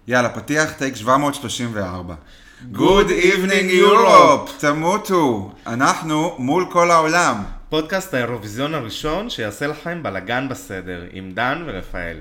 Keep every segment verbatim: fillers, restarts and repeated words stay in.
יאללה, פתיח טייק שבע מאות שלושים וארבע. Good evening Europe, תמותו. אנחנו מול כל העולם. פודקאסט האירוויזיון הראשון שיעשה לכם בלגן בסדר, עם דן ורפאל.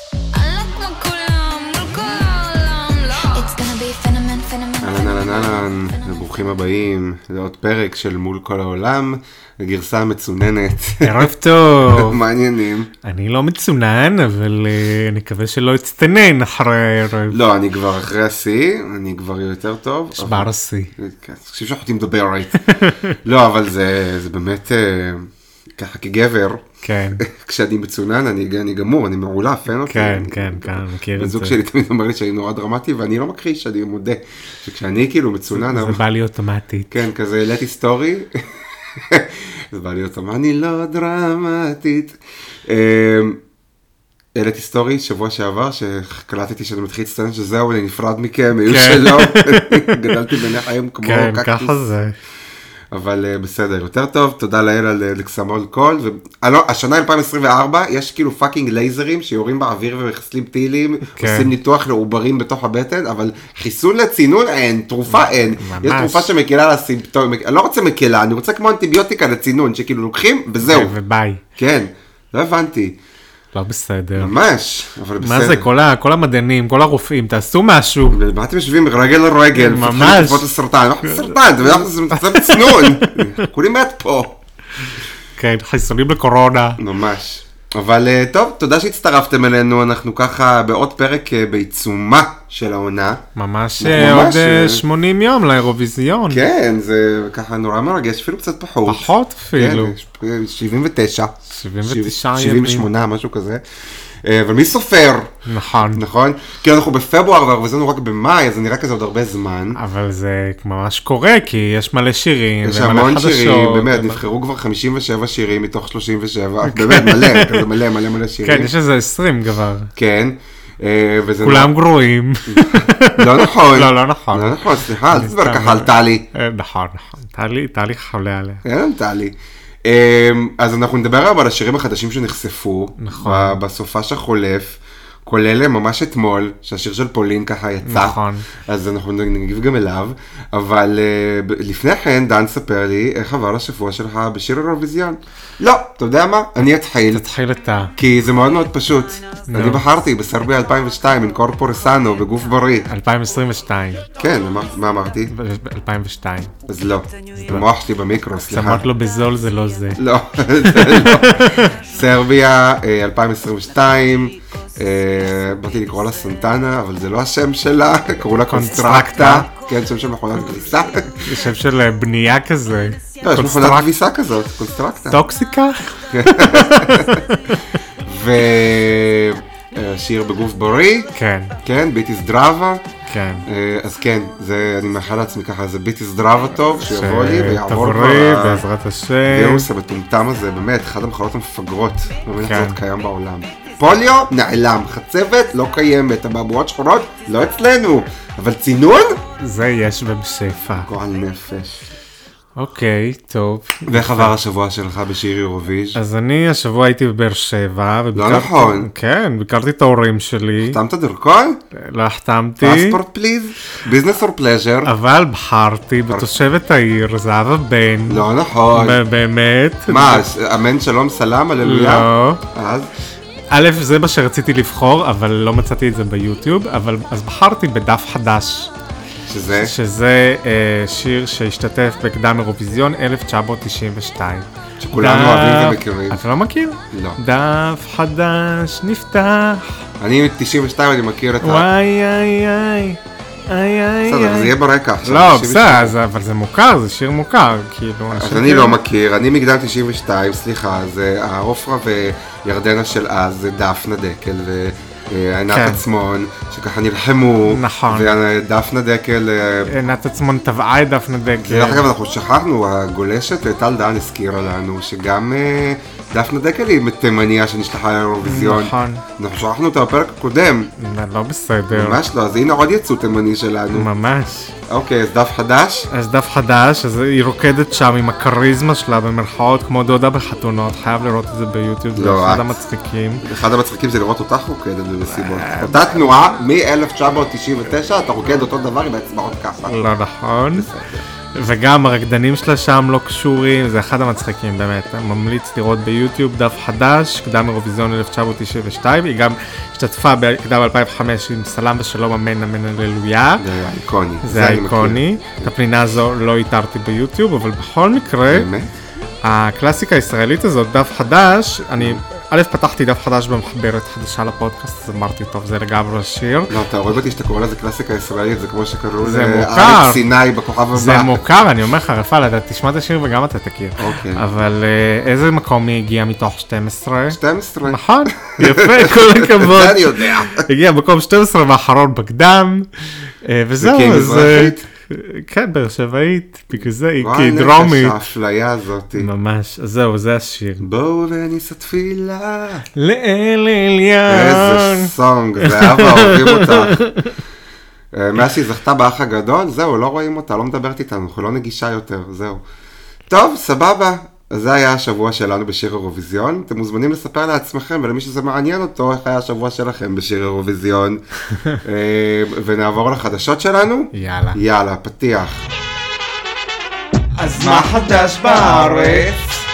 אהלן אהלן אהלן, ברוכים הבאים לעוד פרק של מול כל העולם, הגרסה המצוננת. ערב טוב. מעניינים. אני לא מצונן, אבל uh, אני מקווה שלא אצטנן אחרי הערב. לא, אני כבר אחרי השיא, אני כבר יותר טוב. שבר השיא. כן, חושב שאנחנו מדבר רייט. לא, אבל זה, זה באמת uh, ככה כגבר. כן. כשאני מצונן, אני, אני גמור, אני מעולף, אין אותי. כן, כן, כן, מכיר את זה. בזוג שלי תמיד אומר לי שאני נורא דרמטי, ואני לא מכחיש, אני מודה. שכשאני כאילו מצונן... זה, זה בא לי אוטומטית. כן, כזה let היסטורי. זה בא לי אוטומטית, אני לא דרמטית. אלת היסטורי, שבוע שעבר, שקלטתי שאני מתחיל להצטנן שזהו, אני נפרד מכם, היו שלא. גדלתי ביני חיים כמו כן, קקטוס. ככה זה. אבל uh, בסדר, יותר טוב, תודה לאל על לקסמול קול, השנה אלפיים עשרים וארבע, יש כאילו פאקינג לייזרים שיורים באוויר ומחסלים טילים, כן. עושים ניתוח לעוברים בתוך הבטן, אבל חיסון לצינון אין, תרופה אין, ממש. יש תרופה שמקילה לסימפטום, אני לא רוצה מקילה, אני רוצה כמו אנטיביוטיקה לצינון, שכאילו לוקחים וזהו. וביי. כן, לא הבנתי. לא בסדר. ממש, אבל בסדר. מה זה, כל, ה, כל המדענים, כל הרופאים, תעשו משהו. מה אתם יושבים רגל לרגל, ממש. תפות לסרטן, סרטן, זה צנון, כולי מת פה. כן, חיסונים לקורונה. ממש. אבל טוב, תודה שהצטרפתם אלינו, אנחנו ככה בעוד פרק בעיצומה של העונה. ממש עוד שמונים יום לאירוויזיון. כן, זה ככה נורא מרגש, אפילו קצת פחות. פחות אפילו. כן, שבעים ותשע. שבעים ותשע ימים. שבעים ושמונה, משהו כזה. אבל מי סופר? נכון. נכון? כי אנחנו בפברואר והאירוויזיון הוא רק במאי, אז זה נראה כזה עוד הרבה זמן. אבל זה ממש קורה, כי יש מלא שירים, יש המון שירים, באמת, נבחרו כבר חמישים ושבע שירים מתוך שלושים ושבע, באמת מלא, כזה מלא, מלא מלא שירים. כן, יש איזה עשרים כבר. כן. כולם גרועים. לא נכון. לא, לא נכון. לא נכון, סליחה, אל תדבר ככה על טלי. נכון, נכון. טלי, טלי חולה עליה. אין טלי. אז אנחנו נדבר על השירים החדשים שנחשפו, בסופה שחולף, כולל ממש אתמול, שהשיר של פולין ככה יצא, נכון. אז אנחנו נגיב גם אליו, אבל לפני כן, דן ספר לי איך עבר השבוע שלך בשיר אירוויזיון. לא, אתה יודע מה? אני אתחיל. תתחיל אתה. כי זה מאוד מאוד פשוט. אני בחרתי בסרביה אלפיים ושתיים, עם קורפור סאנו, בגוף בריא. אלפיים עשרים ושתיים. כן, מה אמרתי? אלפיים ושתיים. אז לא, המוח שלי במיקרו, סליחה. שמות לו בזול, זה לא זה. לא, זה לא. סרביה אלפיים עשרים ושתיים, באתי לקרוא לה סנטנה, אבל זה לא השם שלה, קראו לה קונסטרקטה. כן, שם של מכונת כביסה. זה שם של בנייה כזה. לא, יש מכונת כביסה כזאת, קונסטרקטה. טוקסיקה? ושיר בגוף בריא. כן. כן, ביטי זדרבה. כן. אז כן, אני מאחל לעצמי ככה, זה ביטי זדרבה טוב, שיבוא לי ויעבור תבריא, בעזרת השם. וירוס המטומטם הזה, באמת, אחד המחלות המפגרות. באמת זאת קיים בעולם. פוליו נעלם, חצבת לא קיימת, הבעבועות שחורות לא אצלנו, אבל צינון? זה יש בשפע. גועל נפש. אוקיי, טוב. ואיך עבר השבוע שלך בשיר אירוויז? אז אני השבוע הייתי בבאר שבע. לא נכון. כן, ביקרתי את ההורים שלי. החתמת דרכון? לא החתמתי. פספורט פליז? ביזנס אור פלז'ר? אבל בחרתי בתושבת העיר, זהבה בן. לא נכון. באמת. מה, אמן שלום סלם, הללויה? לא. אז? א', זה מה שרציתי לבחור, אבל לא מצאתי את זה ביוטיוב, אבל אז בחרתי בדף חדש. שזה? שזה אה, שיר שהשתתף בקדם אירוויזיון אלף תשע מאות תשעים ושתיים. שכולנו אוהבים ומכירים. אתה לא מכיר? לא. דף חדש נפתח. אני תשעים ושתיים, אני מכיר את ה... וואי איי איי. איי איי בסדר, זה יהיה ברקע עכשיו. לא, בסדר, אבל זה מוכר, זה שיר מוכר, כאילו. אז אני לא מכיר, אני מגדל תשעים ושתיים, סליחה, זה העופרה וירדנה של אז, זה דפנה דקל ועינת עצמון, שככה נלחמו. נכון. ודפנה דקל... עינת עצמון טבעה את דפנה דקל. דרך אגב, אנחנו שכחנו, הגולשת טל דן הזכירה לנו, שגם דפנה דקל היא תימניה שנשלחה לאירוויזיון. נכון. אנחנו שכחנו אותה בפרק הקודם. לא בסדר. ממש לא, אז הנה עוד יצוא תימני שלנו. ממש. אוקיי, אז דף חדש? אז דף חדש, אז היא רוקדת שם עם הכריזמה שלה במרכאות, כמו דודה בחתונות, חייב לראות את זה ביוטיוב, זה לא, אחד את. המצחיקים. אחד המצחיקים זה לראות אותך רוקדת במסיבות. אותה תנועה מ-אלף תשע מאות תשעים ותשע, אתה רוקד אותו דבר עם האצבעות ככה. לא נכון. וגם הרקדנים שלה שם לא קשורים, זה אחד המצחיקים באמת, אני ממליץ לראות ביוטיוב דף חדש, קדם אירוויזיון אלף תשע מאות תשעים ושתיים, היא גם השתתפה בקדם אלפיים וחמש עם סלם ושלום אמן אמן הללויה. זה היה איקוני. זה האיקוני, את הפנינה הזו לא איתרתי ביוטיוב, אבל בכל מקרה, באמת? הקלאסיקה הישראלית הזאת, דף חדש, אני א' פתחתי דף חדש במחברת חדשה לפודקאסט, אז אמרתי טוב זה לגמרי השיר. לא, אתה רואה אותי שאתה קורא לזה קלאסיקה ישראלית, זה כמו שקראו זה מוכר. לאריק סיני בכוכב הבא. זה מוכר, אני אומר לך רפאל, אתה תשמע את השיר וגם אתה תכיר. אוקיי. אבל אה, איזה מקום היא הגיעה מתוך שתים עשרה? שתים עשרה. נכון, יפה, כל הכבוד. זה אני יודע. הגיע מקום שתים עשרה והאחרון בקדם, אה, וזהו, וכי אז... מזרחית? כן, באר שבעית, בגלל זה היא וואי, דרומית. נפש האפליה הזאת. ממש, אז זהו, זה השיר. בואו ונישא תפילה. לאל עליון. איזה סונג, זה אבא, אוהבים אותה. אה, מאז שהיא זכתה באח הגדול, זהו, לא רואים אותה, לא מדברת איתנו, אנחנו לא נגישה יותר, זהו. טוב, סבבה. אז זה היה השבוע שלנו בשיר אירוויזיון. אתם מוזמנים לספר לעצמכם ולמי שזה מעניין אותו, איך היה השבוע שלכם בשיר אירוויזיון. אה, ונעבור לחדשות שלנו. יאללה. יאללה, פתיח. אז מה חדש בארץ?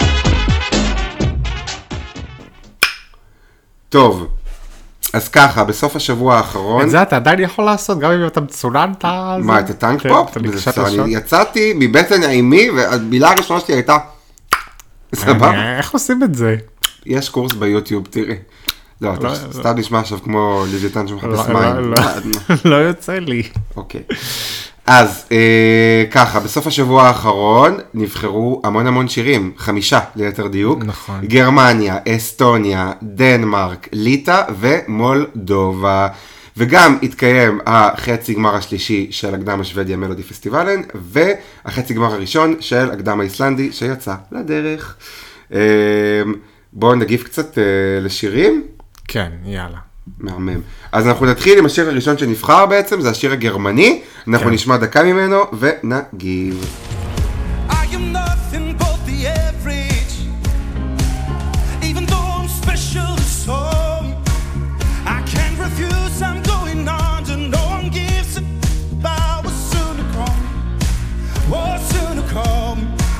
טוב, אז ככה, בסוף השבוע האחרון... את זה אתה עדיין יכול לעשות, גם אם אתה מצונן, אתה... מה, את הטנק כן, פופ? אתה בקשת בסדר, לשון. אני יצאתי מבטן האימי, והמילה הראשונה שלי הייתה... סבבה? אה, איך עושים את זה? יש קורס ביוטיוב, תראי. לא, אתה לא, סתם נשמע עכשיו כמו לוויתן שמחפש לא, מים. לא, לא יוצא לי. אוקיי. אז אה, ככה, בסוף השבוע האחרון נבחרו המון המון שירים, חמישה ליתר דיוק. נכון. גרמניה, אסטוניה, דנמרק, ליטא ומולדובה. וגם התקיים החצי גמר השלישי של הקדם השוודיה מלודי פסטיבלן, והחצי גמר הראשון של הקדם האיסלנדי שיצא לדרך. אה, בואו נגיב קצת אה, לשירים. כן, יאללה. מהמם. אז אנחנו נתחיל עם השיר הראשון שנבחר בעצם, זה השיר הגרמני. אנחנו כן. נשמע דקה ממנו ונגיב. I am nothing but the average, even though I'm special to some. I can't refuse, I'm going under, no one gives a about what's soon to come, what's soon to come.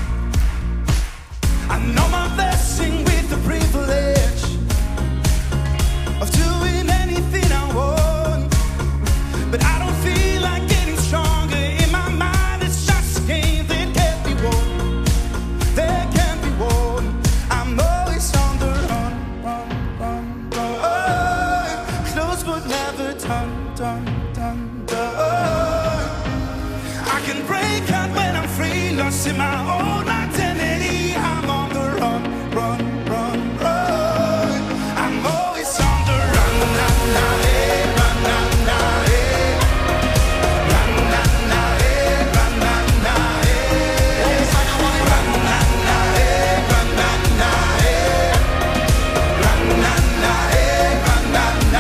I know my blessing with the privilege of doing anything I want, but I don't feel like getting stronger. In my mind it's just a game that can't be won, that can't be won. I'm always on the run, run, run, run. Close but never done, done, done, done. I can break out when I'm free, lost in my own identity. I'm on the run, run, run, run. I'm always on the run, na, na, eh, run, na, na, eh. Run, na, na, eh, run, na, na, eh. Run, na, na, eh, run, na, na, eh. Run, na, na, eh, run, na, na,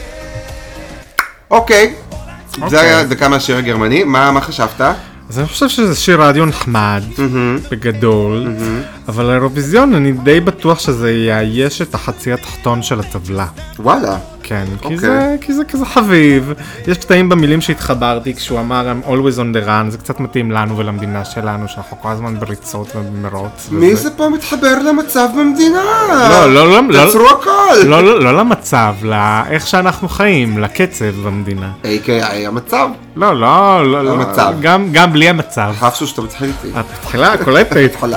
eh. אוקיי, זה היה דקה מהשיר הגרמני. מה מה חשבת? אז אני חושב שזה שיר רדיו נחמד, בגדול, אבל האירוויזיון אני די בטוח שזה יאייש את החצי התחתון של הטבלה. וואלה. כן, כי אוקיי. זה, כי זה כזה חביב. יש קטעים במילים שהתחברתי כשהוא אמר I'm always on the run, זה קצת מתאים לנו ולמדינה שלנו, שאנחנו כל הזמן בריצות ובמרוץ. מי וזה- זה פה מתחבר למצב במדינה? לא, לא, לא, לא, תעצרו הכל. לא, לא, לא למצב, לאיך שאנחנו חיים, לקצב במדינה. איי קיי איי המצב. לא, לא, לא, לא. המצב. גם, גם בלי המצב. חפשו שאתה מתחיל איתי. את מתחילה, קולטת. התחלה.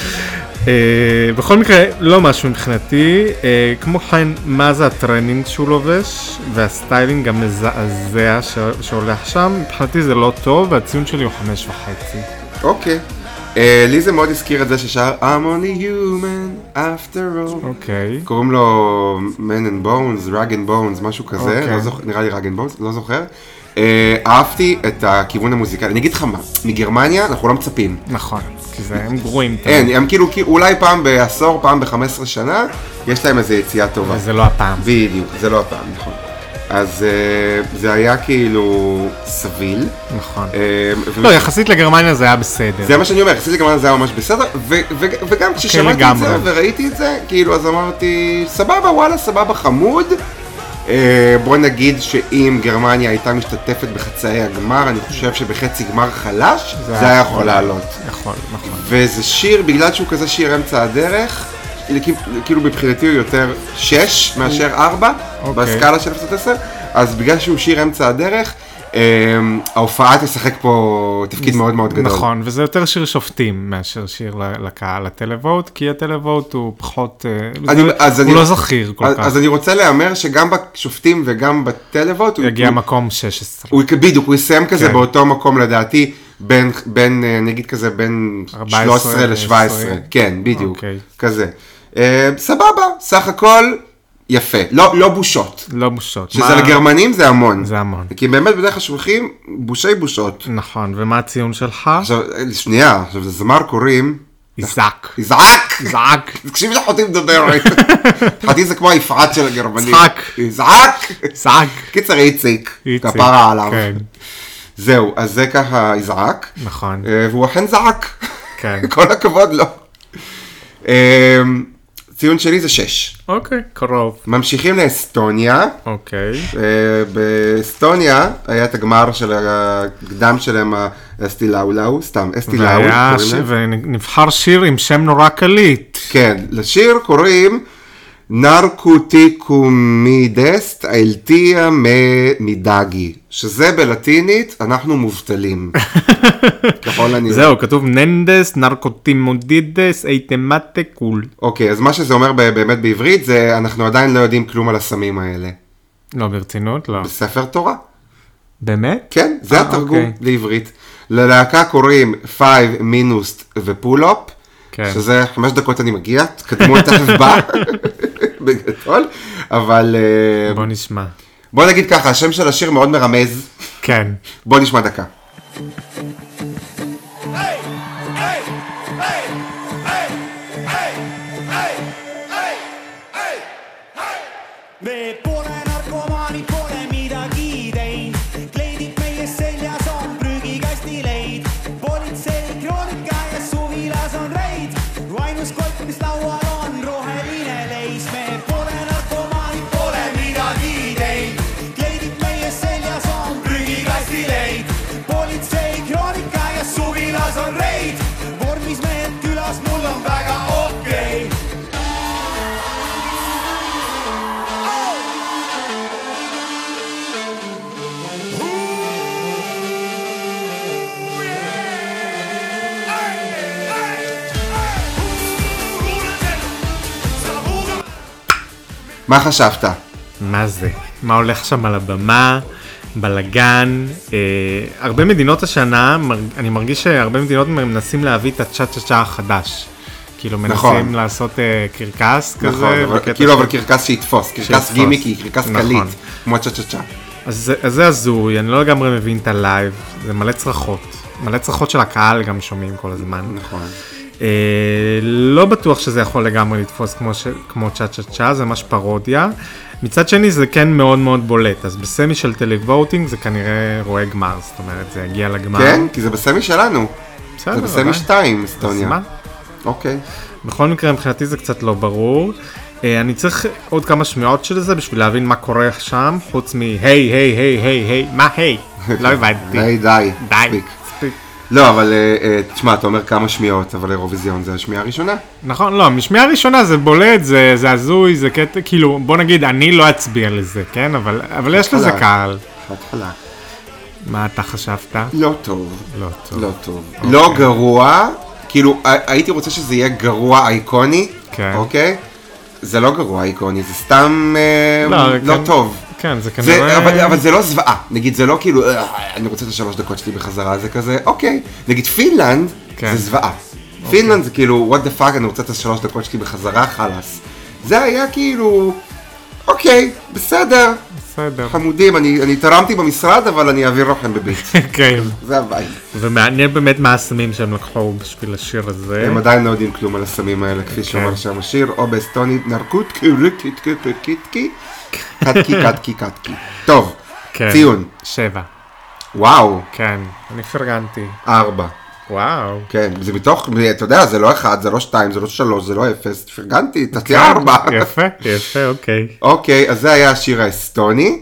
אה, בכל מקרה, לא משהו מבחינתי. אה, כמו כן, מה זה הטרנינג שהוא לובש, והסטיילינג המזעזע ש- שהולך שם, מבחינתי זה לא טוב, והציון שלי הוא חמש וחצי. אוקיי. אה, לי זה מאוד הזכיר את זה ששר I'm only human after all. אוקיי. קוראים לו Man and Bones, Rag and Bones, משהו כזה, אוקיי. לא זוכ... נראה לי Rag and Bones, לא זוכר. אה, אהבתי את הכיוון המוזיקלי. אני אגיד לך מה, מגרמניה אנחנו לא מצפים. נכון. כי זה, הם גרועים. אין, הם כאילו, אולי פעם בעשור, פעם ב-חמש עשרה שנה, יש להם איזו יציאה טובה. וזה לא הפעם. בדיוק, זה לא הפעם, נכון. אז זה היה כאילו סביל. נכון. לא, יחסית לגרמניה זה היה בסדר. זה מה שאני אומר, יחסית לגרמניה זה היה ממש בסדר, וגם כששמעתי את זה וראיתי את זה, כאילו אז אמרתי, סבבה, וואלה, סבבה, חמוד. בוא נגיד שאם גרמניה הייתה משתתפת בחצאי הגמר, אני חושב שבחצי גמר חלש, זה היה יכול לעלות. נכון, נכון. וזה שיר, בגלל שהוא כזה שיר אמצע הדרך, כאילו מבחינתי הוא יותר שש מאשר ארבע, בסקאלה של אפס עד עשר, אז בגלל שהוא שיר אמצע הדרך, ההופעה תשחק פה תפקיד מאוד מאוד גדול. נכון, וזה יותר שיר שופטים מאשר שיר לקהל הטלוווט, כי הטלווט הוא פחות, הוא לא זכיר כל כך. אז אני רוצה לאמר שגם בשופטים וגם בטלווט, הוא יגיע מקום שש עשרה. בדיוק, הוא יסיים כזה באותו מקום לדעתי, בין, נגיד כזה, בין שלוש עשרה ל-שבע עשרה. כן, בדיוק, כזה. סבבה, סך הכל יפה, לא, לא בושות. לא בושות. שזה לגרמנים זה המון. זה המון. כי באמת בדרך כלל שולחים בושי בושות. נכון, ומה הציון שלך? עכשיו, שנייה, עכשיו זה זמר קוראים... איזק. איזק! איזק. תקשיב לאחותי מדברת. אחותי זה כמו היפעת של הגרמנים. איזק. איזק! איזק. קיצר איציק. איציק. כפרה עליו. כן. זהו, אז זה ככה איזק. נכון. והוא אכן זעק. כן. כל הכבוד לו. ציון שלי זה שש. אוקיי, קרוב. ממשיכים לאסטוניה. אוקיי. באסטוניה היה את הגמר של הקדם שלהם, אסטי לאולאו, סתם, אסטי לאו. ונבחר שיר עם שם נורא קליט. כן, לשיר קוראים נרקוטיקומידסט אלטיה מדגי, שזה בלטינית, אנחנו מובטלים. ככל הנראה. זהו, כתוב ננדס, נרקוטימודידס, איתמטה קול. אוקיי, אז מה שזה אומר באמת בעברית, זה אנחנו עדיין לא יודעים כלום על הסמים האלה. לא, ברצינות, לא. בספר תורה. באמת? כן, זה התרגום לעברית. ללהקה קוראים פייב מינוס ופול-אפ, שזה חמש דקות אני מגיע, תקדמו את ההבא. בגדול, אבל... בוא נשמע. בוא נגיד ככה, השם של השיר מאוד מרמז. כן. בוא נשמע דקה. מה חשבת? מה זה? מה הולך שם על הבמה? בלגן, אה, הרבה מדינות השנה, אני מרגיש שהרבה מדינות מנסים להביא את הצ'ה צ'ה צ'ה החדש. כאילו מנסים נכון. לעשות אה, קרקס נכון, כזה. אבל, כאילו אבל קרקס שיתפוס, קרקס גימיקי, קרקס נכון. קליט, כמו צ'ה צ'ה צ'ה. אז, אז זה הזוי, אני לא לגמרי מבין את הלייב, זה מלא צרחות. מלא צרחות של הקהל גם שומעים כל הזמן. נכון. אה, לא בטוח שזה יכול לגמרי לתפוס כמו, ש... כמו צ'ה צ'ה צ'ה, זה ממש פרודיה. מצד שני זה כן מאוד מאוד בולט, אז בסמי של טלווטינג זה כנראה רואה גמר, זאת אומרת זה יגיע לגמר. כן, כי זה בסמי שלנו. בסדר, זה בסמי שתיים, אסטוניה. מה? אוקיי. בכל מקרה מבחינתי זה קצת לא ברור. אני צריך עוד כמה שמיעות של זה בשביל להבין מה קורה שם, חוץ מ-היי, היי, היי, היי, היי, מה היי? לא הבנתי. די, די. די. לא, אבל תשמע, אתה אומר כמה שמיעות, אבל אירוויזיון זה השמיעה הראשונה. נכון, לא, משמיעה הראשונה זה בולט, זה הזוי, זה קטע, כאילו, בוא נגיד, אני לא אצביע לזה, כן? אבל יש לזה קהל. התחלה. מה אתה חשבת? לא טוב. לא טוב. לא טוב. לא גרוע, כאילו, הייתי רוצה שזה יהיה גרוע אייקוני, אוקיי? זה לא גרוע אייקוני, זה סתם לא טוב. כן, זה כנראה... אבל, אבל זה לא זוועה, נגיד זה לא כאילו, אני רוצה את השלוש דקות שלי בחזרה, זה כזה, אוקיי, נגיד פינלנד, כן. זה זוועה. אוקיי. פינלנד זה כאילו, what the fuck, אני רוצה את השלוש דקות שלי בחזרה, חלס. זה היה כאילו, אוקיי, בסדר, בסדר. חמודים, אני אני תרמתי במשרד, אבל אני אעביר לכם בביט. כן. זה הבית. ומעניין באמת מה הסמים שהם לקחו בשביל השיר הזה. הם עדיין לא יודעים כלום על הסמים האלה, כפי שאומר שם השיר, או באסטונית נרקות קירקית קירקית קטקי קטקי קטקי. טוב, כן. ציון. שבע. וואו, כן, אני פרגנתי. ארבע. וואו. כן, זה מתוך, אתה יודע, זה לא אחד, זה לא שתיים, זה לא שלוש, זה לא אפס, פרגנתי, תתתי ארבע. יפה, יפה, אוקיי. אוקיי, אז זה היה השיר האסטוני.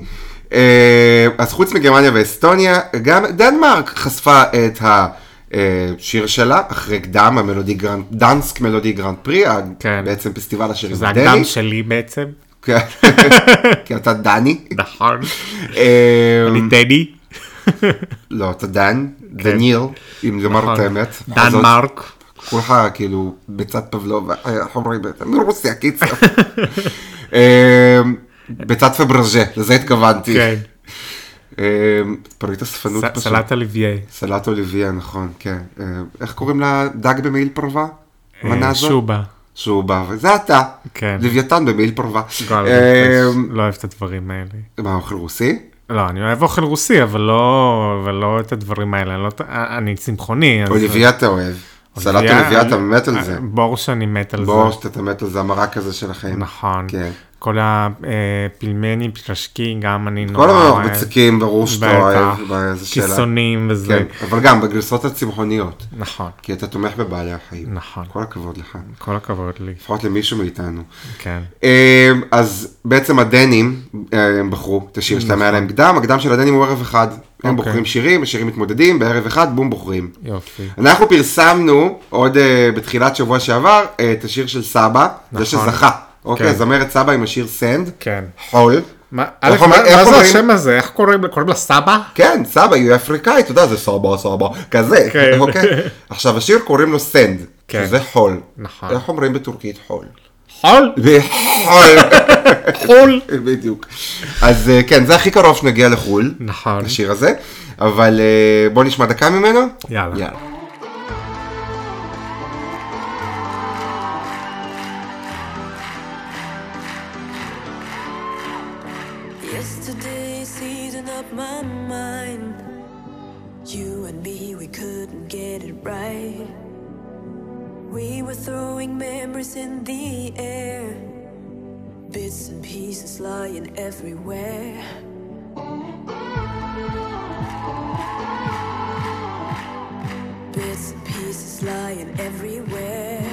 אז חוץ מגרמניה ואסטוניה, גם דנמרק חשפה את השיר שלה, אחרי קדם, המלודי גרנד, דנסק מלודי גרנד פרי, בעצם פסטיבל השירים זה הדני. הקדם שלי בעצם. כן, כי אתה דני. נכון. אה, אני דני. לא, אתה דן, דניאל, אם לומר את האמת. דנמרק. כולך כאילו בצד פבלוב, איך אומרים, מרוסיה, קיצר. אה, בצד פברז'ה, לזה התכוונתי. כן. פריט הספנות פשוט. סלט אוליביה. סלט אוליביה, נכון, כן. איך קוראים לה דג במעיל פרווה? מנה זאת? שובה. שובה, וזה אתה. כן. לוויתן במעיל פרווה. לא אוהב את הדברים האלה. מה, אוכל רוסי? לא, אני אוהב אוכל רוסי, אבל לא, אבל לא את הדברים האלה. לא, אני צמחוני. אוליביה אתה אוהב. סלט אוליביה אתה מת על זה. בור שאני מת על זה. בור שאתה מת על זה, המרק הזה של החיים. נכון. כן. כל הפילמנים, פלשקי, גם אני כל נורא אוהב. המרבצקים, ברור שאתה אוהב. באיזה שאלה. כיסונים וזה. כן, אבל גם בגרסות הצמחוניות. נכון. כי אתה תומך בבעלי החיים. נכון. כל הכבוד לך. כל הכבוד לי. לפחות למישהו מאיתנו. כן. אז בעצם הדנים, הם בחרו את השיר שלהם, היה להם קדם, הקדם של הדנים הוא ערב אחד. הם בוחרים שירים, השירים מתמודדים, בערב אחד, בום, בוחרים. יופי. אנחנו פרסמנו עוד בתחילת שבוע שעבר את השיר של סבא, זה שזכה. אוקיי, זמרת סבא עם השיר סנד. כן. חול. מה זה השם הזה? איך קוראים לה סבא? כן, סבא, היא אפריקאי, אתה יודע, זה סבא, סבא, כזה, אוקיי? עכשיו, השיר קוראים לו סנד, שזה חול. נכון. איך אומרים בטורקית חול? חול? חול. חול. בדיוק. אז כן, זה הכי קרוב שנגיע לחול. נכון. השיר הזה, אבל בוא נשמע דקה ממנו. יאללה. יאללה. Yesterday seasoned up my mind. You and me, we couldn't get it right. We were throwing memories in the air, bits and pieces lying everywhere. Bits and pieces lying everywhere.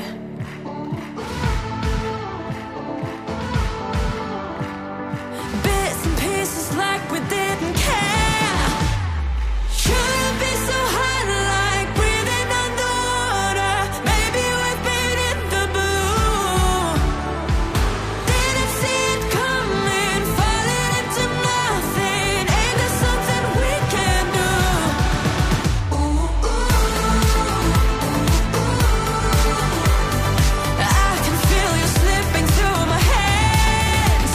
Like we didn't care. Shouldn't be so hard, like breathing underwater. Maybe we've been in the blue. Didn't see it coming, falling into nothing. Ain't there something we can do? Ooh, ooh, ooh, ooh. I can feel you slipping through my hands.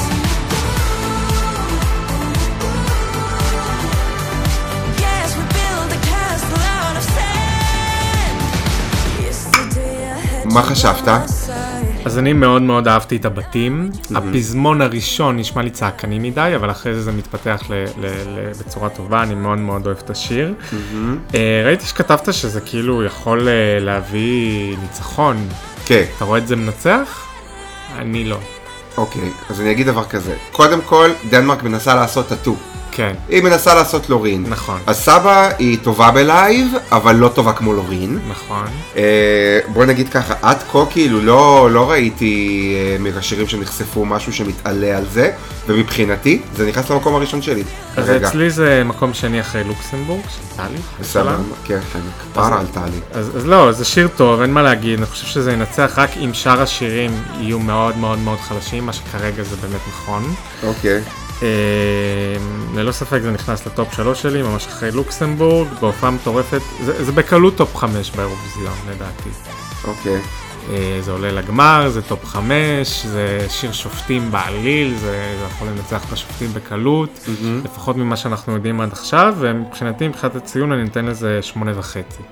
מה חשבת? אז אני מאוד מאוד אהבתי את הבתים. הפזמון הראשון נשמע לי צעקני מדי, אבל אחרי זה זה מתפתח בצורה טובה, אני מאוד מאוד אוהב את השיר. ראיתי שכתבת שזה כאילו יכול להביא ניצחון. כן. אתה רואה את זה מנצח? אני לא. אוקיי, אז אני אגיד דבר כזה. קודם כל, דנמרק מנסה לעשות טאטו. כן. היא מנסה לעשות לורין. נכון. אז סבא היא טובה בלייב, אבל לא טובה כמו לורין. נכון. אה, בוא נגיד ככה, עד כה כאילו לא, לא ראיתי אה, מהשירים שנחשפו משהו שמתעלה על זה, ומבחינתי זה נכנס למקום הראשון שלי. אז כרגע. אצלי זה מקום שני אחרי לוקסמבורג, של טלי. בסדר, כן, כן, כפרה על טלי. אז, אז לא, זה שיר טוב, אין מה להגיד, אני חושב שזה ינצח רק אם שאר השירים יהיו מאוד מאוד מאוד חלשים, מה שכרגע זה באמת נכון. אוקיי. אה, ללא ספק זה נכנס לטופ שלוש שלי, ממש אחרי לוקסמבורג, בהופעה מטורפת, זה, זה בקלות טופ חמש באירוויזיון לדעתי. אוקיי. אה, זה עולה לגמר, זה טופ חמש, זה שיר שופטים בעליל, זה, זה יכול לנצח את השופטים בקלות, mm-hmm. לפחות ממה שאנחנו יודעים עד עכשיו, ומבחינתי, מבחינת הציון אני נותן לזה שמונה וחצי.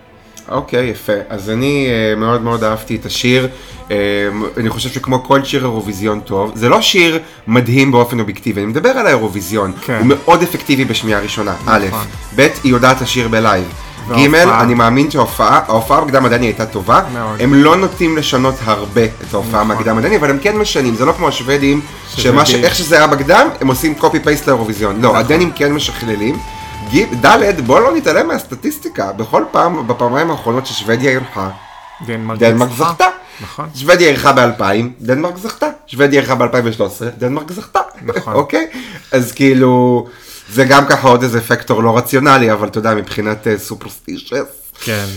אוקיי, יפה. אז אני אה, מאוד מאוד אהבתי את השיר. אה, אני חושב שכמו כל שיר אירוויזיון טוב, זה לא שיר מדהים באופן אובייקטיבי, אני מדבר על האירוויזיון. כן. הוא מאוד אפקטיבי בשמיעה ראשונה, א', ב', היא יודעת לשיר בלייב. ג', וההופעה. אני מאמין שההופעה, ההופעה בקדם מדעני הייתה טובה, מאוד. הם לא נוטים לשנות הרבה את ההופעה מהקדם מדעני, אבל הם כן משנים, זה לא כמו השוודים, שמה ש- די- איך שזה היה בקדם, הם עושים קופי פייסט לאירוויזיון. לא, הדנים כן משכללים. ג- ד', בוא לא נתעלם מהסטטיסטיקה, בכל פעם, בפעמיים האחרונות ששוודיה אירחה, דנמרק דנמרק ניצחה. זכתה. נכון. שוודיה אירחה ב-אלפיים, דנמרק זכתה. שוודיה אירחה ב-אלפיים ושלוש עשרה, דנמרק זכתה. נכון. אוקיי? אז כאילו, זה גם ככה עוד איזה פקטור לא רציונלי, אבל אתה יודע, מבחינת סופרסטישס. כן.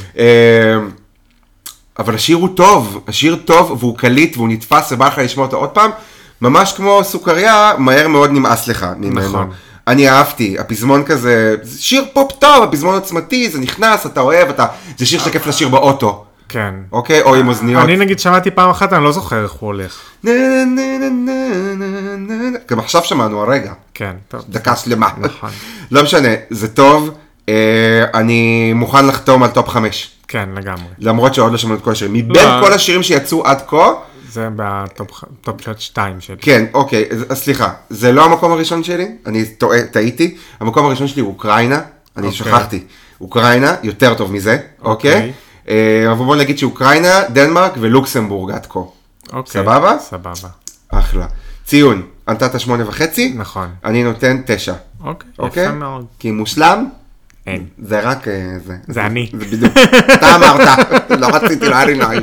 אבל השיר הוא טוב, השיר טוב והוא קליט והוא נתפס ובא לך לשמוע אותו עוד פעם, ממש כמו סוכריה, מהר מאוד נמאס לך ממנו. נכון. אני אהבתי, הפזמון כזה, זה שיר פופ טוב, הפזמון עצמתי, זה נכנס, אתה אוהב, אתה, זה שיר שכיף לשיר באוטו, כן. אוקיי? או עם אוזניות. אני נגיד שמעתי פעם אחת, אני לא זוכר איך הוא הולך. נה, נה, נה, נה, נה, נה, נה. גם עכשיו שמענו הרגע, כן, טוב. דקה שלמה. נכון. לא משנה, זה טוב, אה, אני מוכן לחתום על טופ חמש. כן, לגמרי. למרות שעוד לא שמענו את כל השירים. מבין לא. כל השירים שיצאו עד כה, זה בטופ טופ שתיים שלי. כן, אוקיי, אז אז סליחה, זה לא המקום הראשון שלי, אני טועה, טעיתי, המקום הראשון שלי הוא אוקראינה, אני אוקיי. שכחתי, אוקראינה, יותר טוב מזה, אוקיי. אוקיי? אה, אבל בוא נגיד שאוקראינה, דנמרק ולוקסמבורג עד כה. אוקיי. סבבה? סבבה. אחלה. ציון, נתת שמונה וחצי, נכון. אני נותן תשע, אוקיי, אוקיי? יפה מאוד. כי מושלם, אין. זה רק אה, זה. זה אני. זה בדיוק, אתה אמרת, לא רציתי להרים עיניים.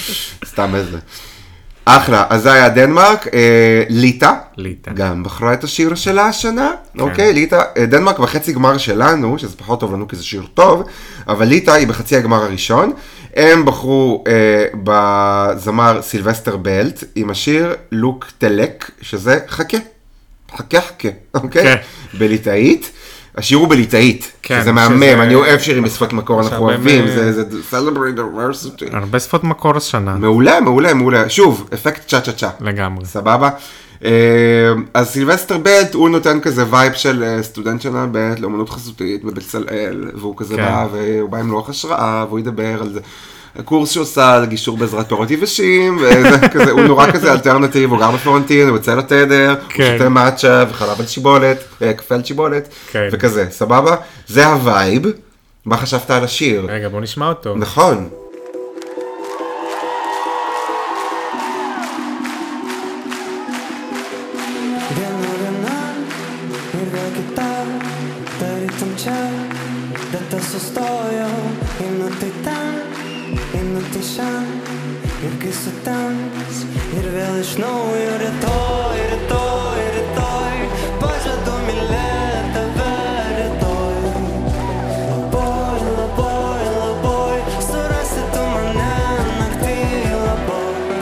סתם איזה. אחלה, אז זה היה דנמרק, אה, ליטא, ליטא. גם בחרה את השיר שלה השנה, אוקיי, ליטא, אה, דנמרק בחצי גמר שלנו, שזה פחות טוב לנו כי זה שיר טוב, אבל ליטא היא בחצי הגמר הראשון, הם בחרו אה, בזמר סילבסטר בלט עם השיר לוק טלק, שזה חכה, חכה חכה, אוקיי, כן. בליטאית. השיר הוא בליטאית, כן, שזה מהמם, שזה- אני אוהב שירים בשפת מקור, אנחנו שהרבה אוהבים, מ- זה זה celebrate diversity. הרבה שפות מקור השנה. מעולה, מעולה, מעולה. שוב, אפקט צ'ה צ'ה צ'ה. לגמרי. סבבה? אה, אז סילבסטר בלט, הוא נותן כזה וייב של אה, סטודנט שנה ב' לאמנות חסותית בבצלאל, והוא כזה כן. בא, והוא בא עם לוח השראה, והוא ידבר על זה. הקורס שהוא עושה על גישור בעזרת פירות יבשים, וזה כזה, הוא נורא כזה אלטרנטיב, הוא גר בפלורנטין, הוא יוצא לתדר, הוא כן. שותה מאצ'ה וחלב על שיבולת, אה, קפה על שיבולת, כן. וכזה, סבבה? זה הווייב. מה חשבת על השיר? רגע, בוא נשמע אותו. נכון. Viena viena ir vėl kita, tarytum čia, bet aš sustojau, einu tai ten, einu tai šen, ir kai sutems, ir vėl iš naujo rytoj, rytoj, rytoj, pažadu mylėti tave rytoj. Labai, labai, labai, surasi tu mane naktį labai.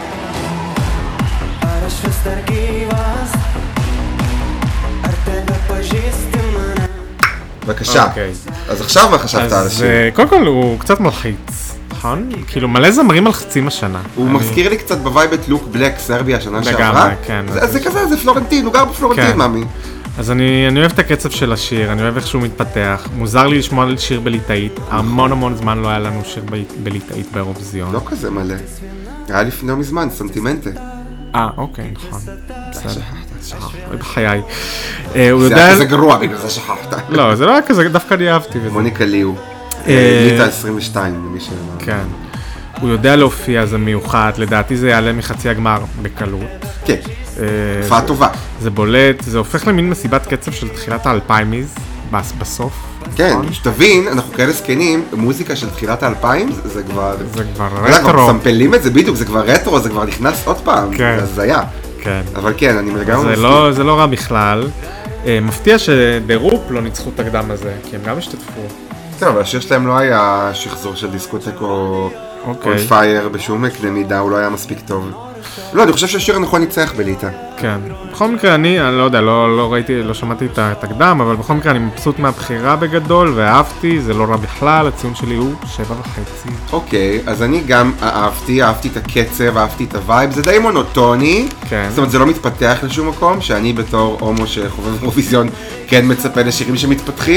Ar aš vis dar gyvas? Ar tebe pažįsti mane? בבקשה. אוקיי. אז עכשיו מה חשבת על אז השיר? אה, קודם כל הוא קצת מלחיץ, נכון? כאילו מלא זמרים מלחיצים השנה. הוא אני- מזכיר לי קצת בווייב את לוק בלק, סרביה, שנה לגמרי, שעברה. כן. זה- זה כזה, זה פלורנטין, הוא גר בפלורנטין, כן. מאמי. אז אני, אני אוהב את הקצב של השיר, אני אוהב איך שהוא מתפתח. מוזר לי לשמוע על שיר בליטאית. המון המון זמן לא היה לנו שיר ב- בליטאית באירוויזיון. לא כזה מלא. היה לפני לא מזמן, סנטימנטה. אה, אוקיי, נכון. בסדר. שכחתי, בחיי. אה, הוא זה יודע... היה כזה גרוע, בגלל זה שכחת. לא, זה לא היה כזה, דווקא אני אהבתי וזה. מוניקה ליהו. אה, ליטא עשרים ושתיים, למי ש... כן. הוא יודע להופיע, זה מיוחד, לדעתי זה יעלה מחצי הגמר בקלות. כן, אה, הופעה זה- טובה. זה בולט, זה הופך למין מסיבת קצב של תחילת האלפיימיז, בס- בסוף. כן, נכון? שתבין, אנחנו כאלה זקנים, מוזיקה של תחילת האלפיים, זה- זה כבר... זה כבר אתה יודע, כבר רטרו. מסמפלים את זה בדיוק, זה כבר רטרו, זה כבר נכנס עוד פעם. כן. זה הזיה. כן. אבל כן, אני לגמרי זה מסכים. לא, זה לא רע בכלל. אה, מפתיע שדירופ לא ניצחו את הקדם הזה, כי הם גם השתתפו. טוב, אבל השיר שלהם לא היה שחזור של דיסקוטק או אוקיי. און פייר בשום קנה מידה, הוא לא היה מספיק טוב. לא, אני חושב שהשיר הנכון ניצח בליטא. כן. בכל מקרה, אני, אני לא יודע, לא, לא ראיתי, לא שמעתי את ה- את הקדם, אבל בכל מקרה אני מבסוט מהבחירה בגדול, ואהבתי, זה לא רע בכלל, הציון שלי הוא שבע וחצי. אוקיי, אז אני גם אהבתי, אהבתי את הקצב, אהבתי את הווייב, זה די מונוטוני. כן. זאת אומרת, זה לא מתפתח לשום מקום, שאני בתור הומו שחובב אירוויזיון כן מצפה לשירים שמתפתחים,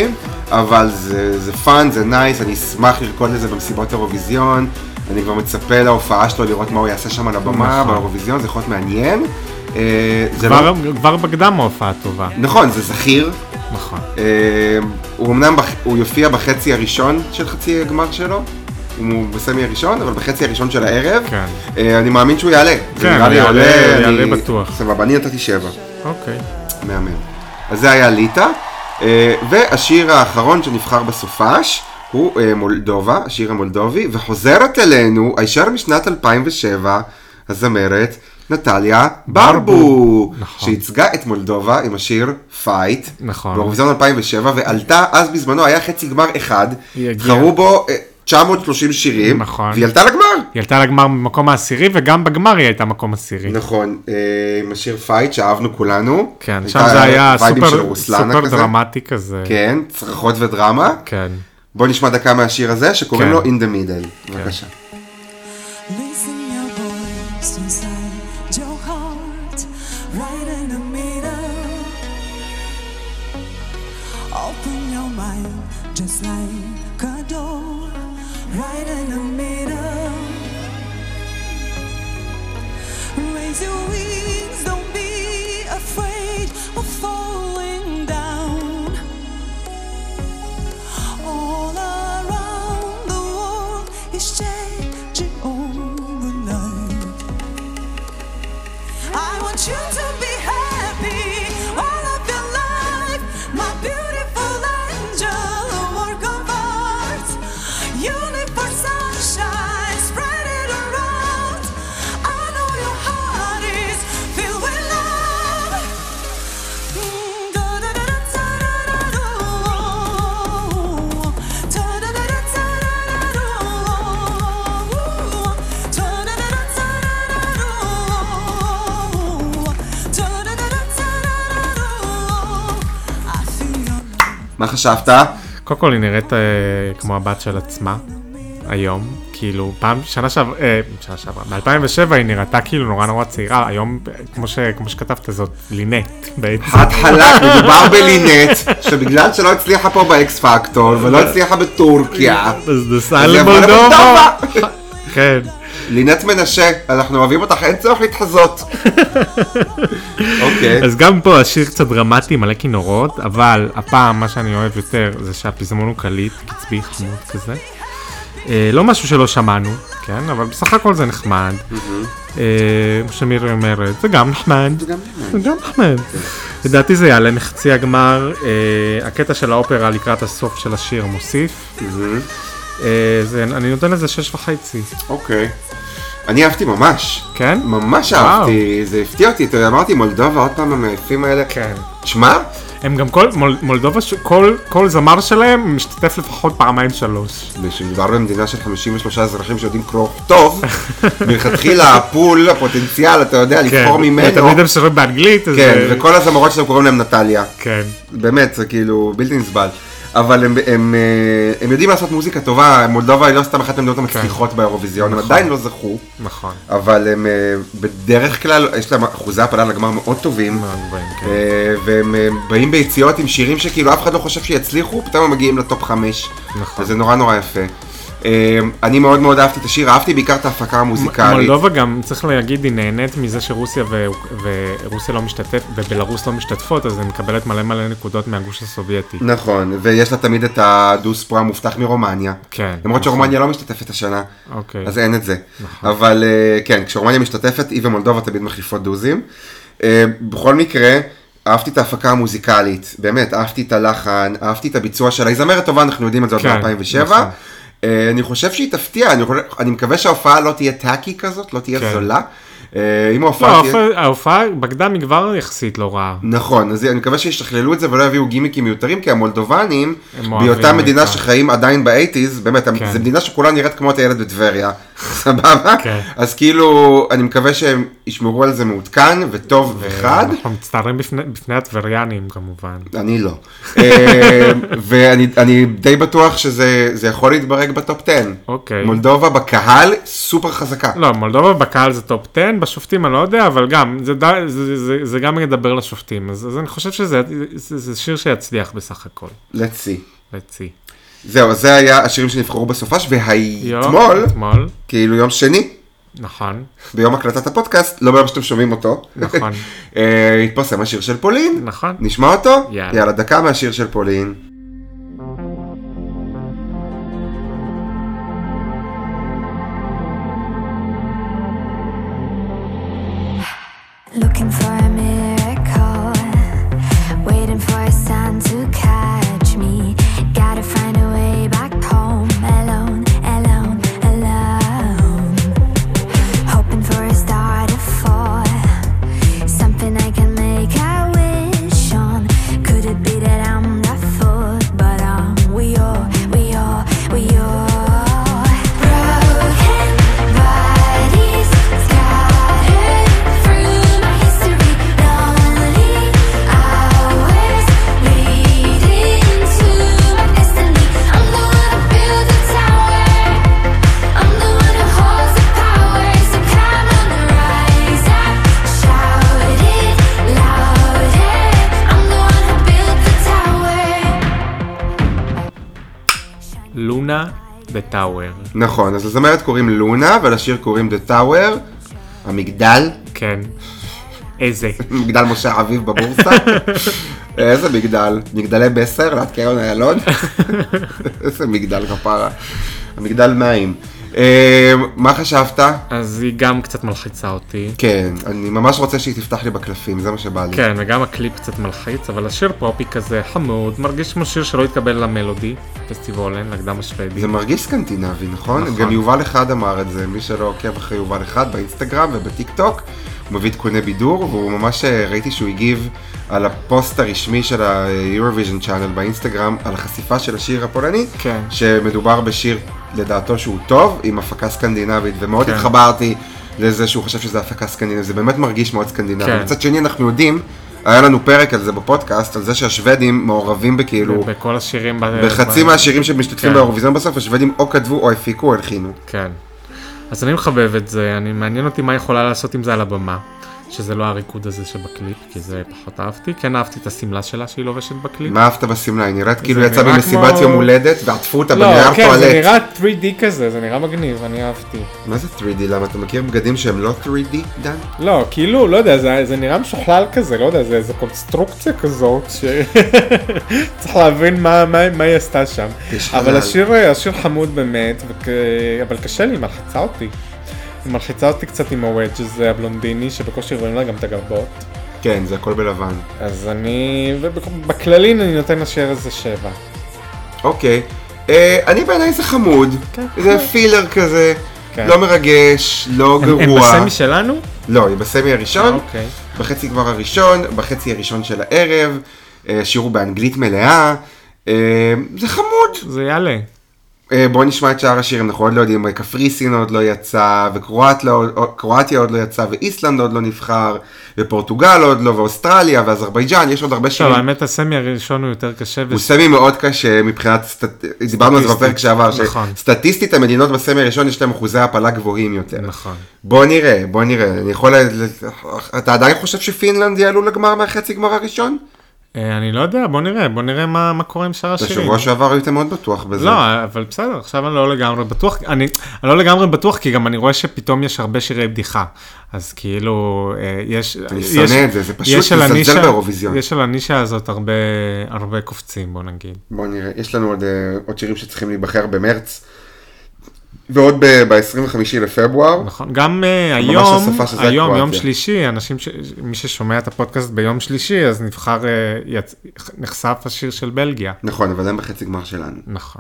אבל זה, זה פאן, זה נייס, אני אשמח לרקוד לזה במסיבות אירוויזיון, אני כבר מצפה להופעה שלו לראות מה הוא יעשה שם על הבמה באירוויזיון, זה יכול להיות מעניין. זה כבר, לא... כבר בקדם ההופעה טובה. נכון, זה זכיר. נכון. הוא אמנם, בח... הוא יופיע בחצי הראשון של חצי הגמר שלו, הוא בסמי הראשון, אבל בחצי הראשון של הערב, כן. אני מאמין שהוא יעלה. כן, הוא יעלה, יעלה אני... בטוח. סבבה, אני נתתי שבע. אוקיי. מהמם. אז זה היה ליטה, והשיר האחרון שנבחר בסופש הוא מולדובה, השיר המולדובי, וחוזרת אלינו, הישר משנת אלפיים ושבע, הזמרת נטליה ברבו, נכון. שייצגה את מולדובה עם השיר פייט, נכון. באירוויזיון אלפיים ושבע, ועלתה אז בזמנו, היה חצי גמר אחד, הגיע... חרו בו תשע מאות ושלושים שירים, נכון. והיא עלתה לגמר. היא עלתה לגמר במקום העשירי, וגם בגמר היא הייתה מקום עשירי. נכון, עם השיר פייט שאהבנו כולנו. כן, שם זה היה סופר, סופר דרמטי כזה. כן, צרחות ודרמה. כן. בוא נשמע דקה מהשיר הזה, שקוראים כן. לו In the Middle. בבקשה. Listen your voice inside your heart, right in the middle. Open your mind, just like a door, right in the middle. Raise your wings, don't be afraid of falling down. All around the world is changing overnight. I want you to be happy all of your life, my beautiful angel, a work of art. You live for sunshine, spread it around. I know your heart is filled with love. Mm, da-da-da-da-da-da-da-do. Da-da-da-da-da-da-da-do. Da-da-da-da-da-da-do. Da-da-da-da-da-da-do. I feel your love. מה חשבת? קודם כל היא נראית אה, כמו הבת של עצמה, היום, כאילו, פעם, שנה שעברה, אה, שנה שעברה, ב-אלפיים ושבע היא נראתה כאילו נורא נורא צעירה, היום, כמו, ש, כמו שכתבת, זאת לינט, בעצם. התחלה, מדובר בלינט, שבגלל שלא הצליחה פה באקס פקטור, ולא הצליחה בטורקיה, זה אז סל היא עברה מולדובה. למולדובה. כן. לינט מנשה, אנחנו אוהבים אותך, אין צורך להתחזות. אוקיי. אז גם פה השיר קצת דרמטי, מלא כינורות, אבל הפעם מה שאני אוהב יותר זה שהפזמון הוא קליט, קצבי חמוד כזה. אה, לא משהו שלא שמענו, כן, אבל בסך הכל זה נחמד. אה, כמו שמירי אומרת, זה גם נחמד. זה גם נחמד. לדעתי זה יעלה מחצי הגמר, אה, הקטע של האופרה לקראת הסוף של השיר מוסיף. אה, זה, אני נותן לזה שש וחצי. אוקיי. אני אהבתי ממש. כן? ממש וואו. אהבתי, זה הפתיע אותי, אתה יודע, אמרתי מולדובה, עוד פעם המעיפים האלה. כן. תשמע, הם גם כל, מול, מולדובה, ש- כל, כל זמר שלהם משתתף לפחות פעמיים שלוש. כשמדובר במדינה של חמישים ושלושה אזרחים שיודעים קרוא טוב, מלכתחילה הפול, הפוטנציאל, אתה יודע, לבחור ממנו. תמיד הם שרים באנגלית. אז כן, זה- וכל הזמרות שלהם קוראים להם נטליה. כן. באמת, זה כאילו בלתי נסבל. אבל הם, הם, הם יודעים לעשות מוזיקה טובה, מולדובה היא לא סתם אחת המדינות המצליחות באירוויזיון, הם עדיין לא זכו, נכון. אבל הם בדרך כלל, יש להם אחוזי הפעלה לגמר מאוד טובים, מאוד גבוהים, כן. אה, והם אה, באים ביציאות עם שירים שכאילו אף אחד לא חושב שיצליחו, פתאום הם מגיעים לטופ חמש, נכון. וזה נורא נורא יפה. אה, אני מאוד מאוד אהבתי את השיר, אהבתי בעיקר את ההפקה המוזיקלית. מולדובה גם, צריך להגיד, היא נהנית מזה שרוסיה ו- ורוסיה לא משתתף, ובלרוס לא משתתפות, אז היא מקבלת מלא מלא נקודות מהגוש הסובייטי. נכון, ויש לה תמיד את הדו-ספרו המובטח מרומניה. כן. למרות נכון. שרומניה לא משתתפת השנה, אוקיי. אז אין את זה. אבל אה, כן, כשרומניה משתתפת, היא ומולדובה תמיד מחליפות דוזים. אה, בכל מקרה, אהבתי את ההפקה המוזיקלית, באמת, אהבתי את הלחן, אהבתי את הביצוע שלה, היא זמרת טובה, אנחנו יודעים את זה עוד כן, ב-אלפיים ושבע. נכון. אה, אני חושב שהיא תפתיע, אני, חושב, אני מקווה שההופעה לא תהיה טאקי כזאת, לא תהיה כן. זולה. אה, אם לא, ההופעה תהיה... ההופעה- ההופעה בקדם היא כבר יחסית לא רעה. נכון, אז אני מקווה שישכללו את זה ולא יביאו גימיקים מיותרים, כי המולדובנים, הם אוהבים בהיותה מדינה את ה- שחיים עדיין ב-שמונים, באמת, כן. זו מדינה שכולה נראית כמו את הילד בטבריה, סבבה? כן. אז כאילו, אני מקווה שהם ישמרו על זה מעודכן וטוב וחד, אנחנו מצטערים בפני- בפני הטבריאנים כמובן. אני לא. אה, ואני אני די בטוח שזה זה יכול להתברג בטופ עשר. אוקיי. מולדובה בקהל סופר חזקה. לא, מולדובה בקהל זה טופ עשר, בשופטים אני לא יודע, אבל גם, זה, די, זה, זה, זה גם ידבר לשופטים, אז, אז אני חושב שזה זה, זה שיר שיצליח בסך הכל. let's see. let's see. זהו, אז זה היה השירים שנבחרו בסופש, והאתמול, אתמול, כאילו יום שני, נכון, ביום הקלטת הפודקאסט, לא ביום שאתם שומעים אותו, נכון. אה, התפרסם השיר של פולין, נכון. נשמע אותו? יאללה. יאללה, דקה מהשיר של פולין. Looking for a miracle, waiting for a sun to catch me. Gotta find a way back home, alone, alone, alone. Hoping for a star to fall, something I can make a wish on. Could it be that I'm the fool? But um, we all, we all, we all broken bodies scattered through my history. Lonely hours leading to my destiny. I'm the one who built the tower. I'm the one who holds the power. So come on, rise up, shout it louder. I'm the one who built the tower. לונה בטאוור. נכון, אז לזמרת קוראים לונה, ולשיר קוראים The Tower, המגדל, כן. איזה. מגדל משה אביב בבורסה. איזה מגדל? מגדלי בסר, ליד קרן איילון. איזה מגדל כפרה. המגדל מים. אה, מה חשבת? אז היא גם קצת מלחיצה אותי. כן, אני ממש רוצה שהיא תפתח לי בקלפים, זה מה שבא לי. כן, וגם הקליפ קצת מלחיץ, אבל השיר פופי כזה חמוד, מרגיש כמו שיר שלא התקבל למלודי, פסטיבולן, לקדם השוודי. זה מרגיש סקנדינבי, נכון? נכון. גם יובל אחד אמר את זה, מי שלא עוקב אחרי יובל אחד באינסטגרם ובטיק טוק, הוא מביא עדכוני בידור, והוא ממש ראיתי שהוא הגיב על הפוסט הרשמי של ה-Eurovision Channel באינסטגרם, על החשיפה של השיר הפולני, כן. שמדובר בשיר לדעתו שהוא טוב, עם הפקה סקנדינבית, ומאוד כן. התחברתי לזה שהוא חושב שזה הפקה סקנדינבית, זה באמת מרגיש מאוד סקנדינבי. כן. מצד שני אנחנו יודעים, היה לנו פרק על זה בפודקאסט, על זה שהשוודים מעורבים בכאילו, בכל השירים... ב- בחצי ב- מהשירים שמשתתפים כן. באירוויזיון בסוף, השוודים או כתבו או הפיקו או הלחינו. כן. אז אני מחבב את זה, אני מעניין אותי מה יכולה לעשות עם זה על הבמה. שזה לא הריקוד הזה שבקליפ, כי זה פחות אהבתי. כן אהבתי את הסמלה שלה שהיא לובשת בקליפ. מה אהבת בסמלה? היא נראית כאילו זה יצאה נראה במסיבת כמו- יום הולדת ועטפו אותה לא, בנייר כן, זה טואלט. נראה תרי די כזה, זה נראה מגניב, אני אהבתי. מה זה תרי די? למה אתה מכיר בגדים שהם לא תרי די, דן? לא, כאילו, לא יודע, זה, זה נראה משוכלל כזה, לא יודע, זה איזה קונסטרוקציה כזאת, שצריך להבין מה, מה, מה היא עשתה שם. יש אבל חלל. השיר, השיר חמוד באמת, וכ... אבל קשה לי, היא מלחיצה אותי. היא מלחיצה אותי קצת עם הוודג' שזה הבלונדיני, שבקושי רואים לה גם את הגרבות. כן, זה הכל בלבן. אז אני, ובכללי אני נותן לשיר איזה שבע. אוקיי. אה, אני בעיניי זה חמוד. כן. זה פילר כזה, כן. לא מרגש, לא הם, הם גרוע. בסמי שלנו? לא, היא בסמי הראשון. אה, אוקיי. בחצי גמר הראשון, בחצי הראשון של הערב. אה, השיר הוא באנגלית מלאה. אה, זה חמוד. זה יעלה. אה, בואו נשמע את שאר השירים, אנחנו עוד לא יודעים, קפריסין עוד לא יצא, וקרואטיה עוד לא יצא, ואיסלנד עוד לא נבחר, ופורטוגל עוד לא, ואוסטרליה, ואזרבייג'אן, יש עוד הרבה טוב, שירים. האמת הסמי הראשון הוא יותר קשה. הוא סמי מאוד קשה מבחינת, סטט... דיברנו על זה בפרק שעבר, נכון. שסטטיסטית המדינות בסמי הראשון יש להם אחוזי הפלה גבוהים יותר. נכון. בוא נראה, בוא נראה, אני יכול, ל- אתה עדיין חושב שפינלנד יעלו לגמר מהחצי גמר הראשון? אה, אני לא יודע, בוא נראה, בוא נראה מה, מה קורה עם שאר השירים. בשבוע שעבר הייתם מאוד בטוח בזה. לא, אבל בסדר, עכשיו אני לא לגמרי בטוח, אני, אני לא לגמרי בטוח, כי גם אני רואה שפתאום יש הרבה שירי בדיחה, אז כאילו, אה, יש... אני יש- שונא את זה, זה פשוט יש על מזלזל הנישה- באירוויזיון. יש על הנישה הזאת הרבה, הרבה קופצים, בוא נגיד. בוא נראה, יש לנו עוד, אה, עוד שירים שצריכים להיבחר במרץ, ועוד ב-עשרים וחמישה לפברואר. נכון, גם uh, ממש היום, הסופה שזה היום, הקרואטיה. יום שלישי, אנשים, ש... מי ששומע את הפודקאסט ביום שלישי, אז נבחר, uh, יצ... נחשף השיר של בלגיה. נכון, אבל הם בחצי גמר שלנו. נכון.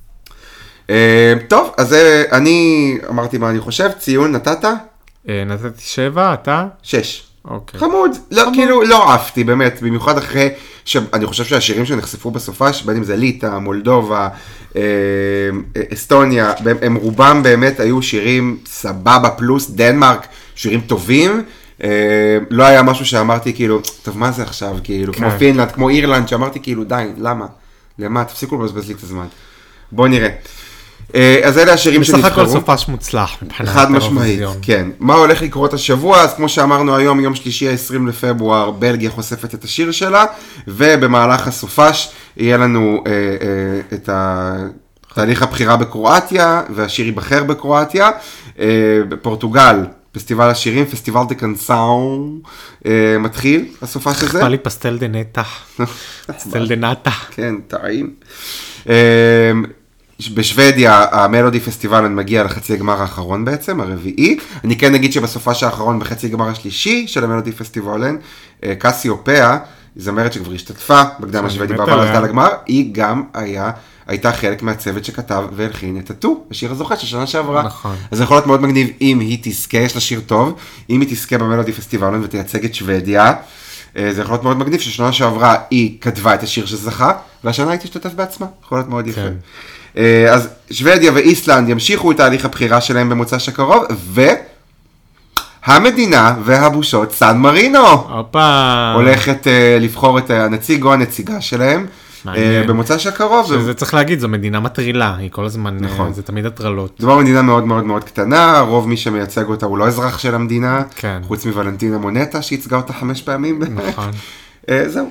אה, טוב, אז אה, אני אמרתי מה אני חושב, ציון נתת? Uh, נתתי שבע, אתה? שש. אוקיי. חמוד, לא, כאילו לא אהבתי באמת, במיוחד אחרי שאני חושב שהשירים שנחשפו בסופש, בין אם זה ליטא, מולדובה, אה, אסטוניה, הם, הם רובם באמת היו שירים סבבה פלוס, דנמרק, שירים טובים, אה, לא היה משהו שאמרתי כאילו, טוב מה זה עכשיו, כאילו, כמו כן. פינלנד, כמו אירלנד, שאמרתי כאילו די, למה? למה? תפסיקו לבזבז לי את הזמן. בוא נראה. אה, אז אלה השירים בסך שנבחרו. הכל סופש מוצלח מבחינת חד משמעית, האירוויזיון. כן. מה הולך לקרות השבוע? אז כמו שאמרנו היום, יום שלישי ה-עשרים לפברואר, בלגיה חושפת את השיר שלה, ובמהלך הסופש יהיה לנו אה, אה, את תהליך הבחירה בקרואטיה, והשיר ייבחר בקרואטיה. אה, בפורטוגל, פסטיבל השירים, פסטיבל דה קנסאו, אה, מתחיל, הסופה של זה. בא לי פסטל דה נטה. פסטל דה נטה. כן, טעים. אה, בשוודיה, המלודי פסטיבל מגיע לחצי הגמר האחרון בעצם, הרביעי. אני כן אגיד שבסופה שהאחרון בחצי הגמר השלישי של המלודי פסטיבלן, קסיופיה, זמרת שכבר השתתפה בקדם השוודי בעבר עלתה לגמר, היא גם היה, הייתה חלק מהצוות שכתב והלחין את הטו, השיר הזוכה של שנה שעברה. נכון. אז זה יכול להיות מאוד מגניב אם היא תזכה, יש לה שיר טוב, אם היא תזכה במלודי פסטיבלן ותייצג את שוודיה, זה יכול להיות מאוד מגניב ששנה שעברה היא כתבה את השיר שזכה, והשנה היא תשתתף בעצמה, יכול להיות מאוד יפה. כן. אז שוודיה ואיסלנד ימשיכו את תהליך הבחירה שלהם במוצ"ש הקרוב, והמדינה והבושות סן מרינו הופה. הולכת uh, לבחור את הנציג או הנציגה שלהם uh, במוצ"ש הקרוב. שזה צריך להגיד, זו מדינה מטרילה, היא כל הזמן, נכון. זה תמיד הטרלות. זו מדינה מאוד מאוד מאוד קטנה, רוב מי שמייצג אותה הוא לא אזרח של המדינה, כן. חוץ מוולנטינה מונטה שייצגה אותה חמש פעמים. נכון. uh, זהו.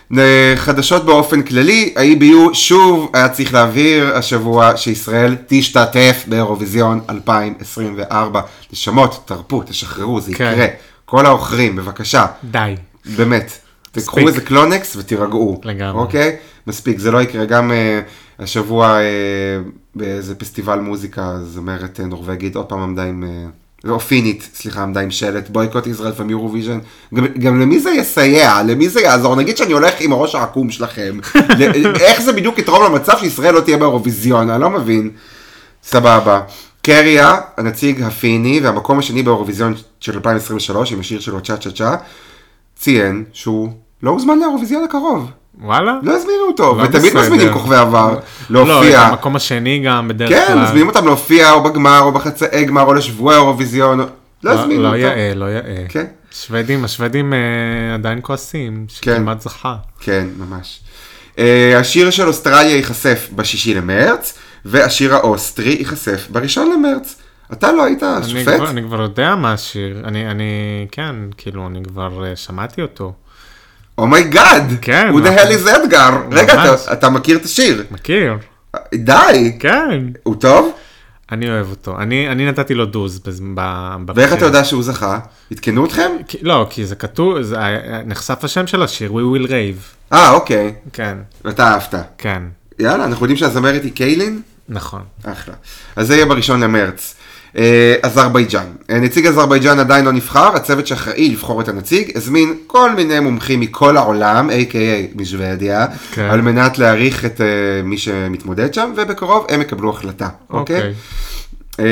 חדשות באופן כללי, ה-אי בי יו שוב היה צריך להבהיר השבוע שישראל תשתתף באירוויזיון אלפיים עשרים וארבע. נשמות, תרפו, תשחררו, זה כן. יקרה. כל האוכרים, בבקשה. די. באמת. תקחו מספיק. איזה קלונקס ותירגעו. לגמרי. אוקיי? מספיק, זה לא יקרה. גם uh, השבוע uh, באיזה פסטיבל מוזיקה, זמרת uh, נורווגית, עוד פעם עמדה עם... Uh, או פינית, סליחה, עמדה עם שלט, בויקוט ישראל פם יורוויז'ן, גם, גם למי זה יסייע, למי זה יעזור, נגיד שאני הולך עם הראש העקום שלכם, איך זה בדיוק יתרום למצב שישראל לא תהיה באירוויזיון, אני לא מבין, סבבה. קריה, הנציג הפיני, והמקום השני באירוויזיון של אלפיים עשרים ושלוש, עם השיר שלו צ'ה צ'ה צ'ה, ציין שהוא לא הוזמן לאירוויזיון הקרוב. וואלה? לא הזמינו אותו, לא ותמיד בסדר. מזמינים כוכבי עבר לא, להופיע. את המקום השני גם בדרך כן, כלל. מזמינים אותם להופיע או בגמר או בחצאי גמר או לשבוע האירוויזיון. לא לא הזמינו לא אותו. יאה, לא יאה. כן. שוודים, השוודים אה, עדיין כועסים, שכמעט זכה. כן, ממש. Uh, השיר של אוסטרליה ייחשף בשישי למרץ, והשיר האוסטרי ייחשף בראשון למרץ. אתה לא היית אני שופט? כבר, אני כבר יודע מה השיר, אני, אני, כן, כאילו, אני כבר uh, שמעתי אותו. אומייגאד! כן, הוא נכון. דהל איז אדגר. רגע, ממש. אתה, אתה מכיר את השיר? מכיר? די! כן. הוא טוב? אני אוהב אותו. אני, אני נתתי לו דוז בז- ב- בבחירה. ואיך אתה יודע שהוא זכה? התקנו אתכם? כי, לא, כי זה כתוב, זה, נחשף השם של השיר, We will rave. אה, אוקיי. כן, ואתה אהבת. כן, יאללה, אנחנו יודעים שהזמרת היא קיילין? נכון. אחלה. אז זה יהיה בראשון למרץ. אה, אזרבייג'אן. אה, נציג אזרבייג'אן עדיין לא נבחר, הצוות שאחראי לבחור את הנציג, הזמין כל מיני מומחים מכל העולם, איי קיי איי משוודיה, כן. על מנת להעריך את אה, מי שמתמודד שם, ובקרוב הם יקבלו החלטה. אוקיי? אוקיי. אה,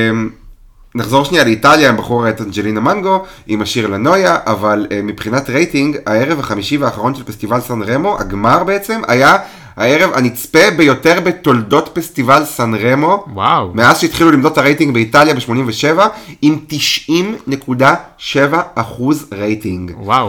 נחזור שנייה לאיטליה, הם בחרו את אנג'לינה מנגו עם השיר לנויה, אבל uh, מבחינת רייטינג, הערב החמישי והאחרון של פסטיבל סן רמו, הגמר בעצם, היה הערב הנצפה ביותר בתולדות פסטיבל סן רמו, וואו. מאז שהתחילו למדוד את הרייטינג באיטליה ב-שמונים ושבע, עם תשעים נקודה שבע אחוז רייטינג. וואו.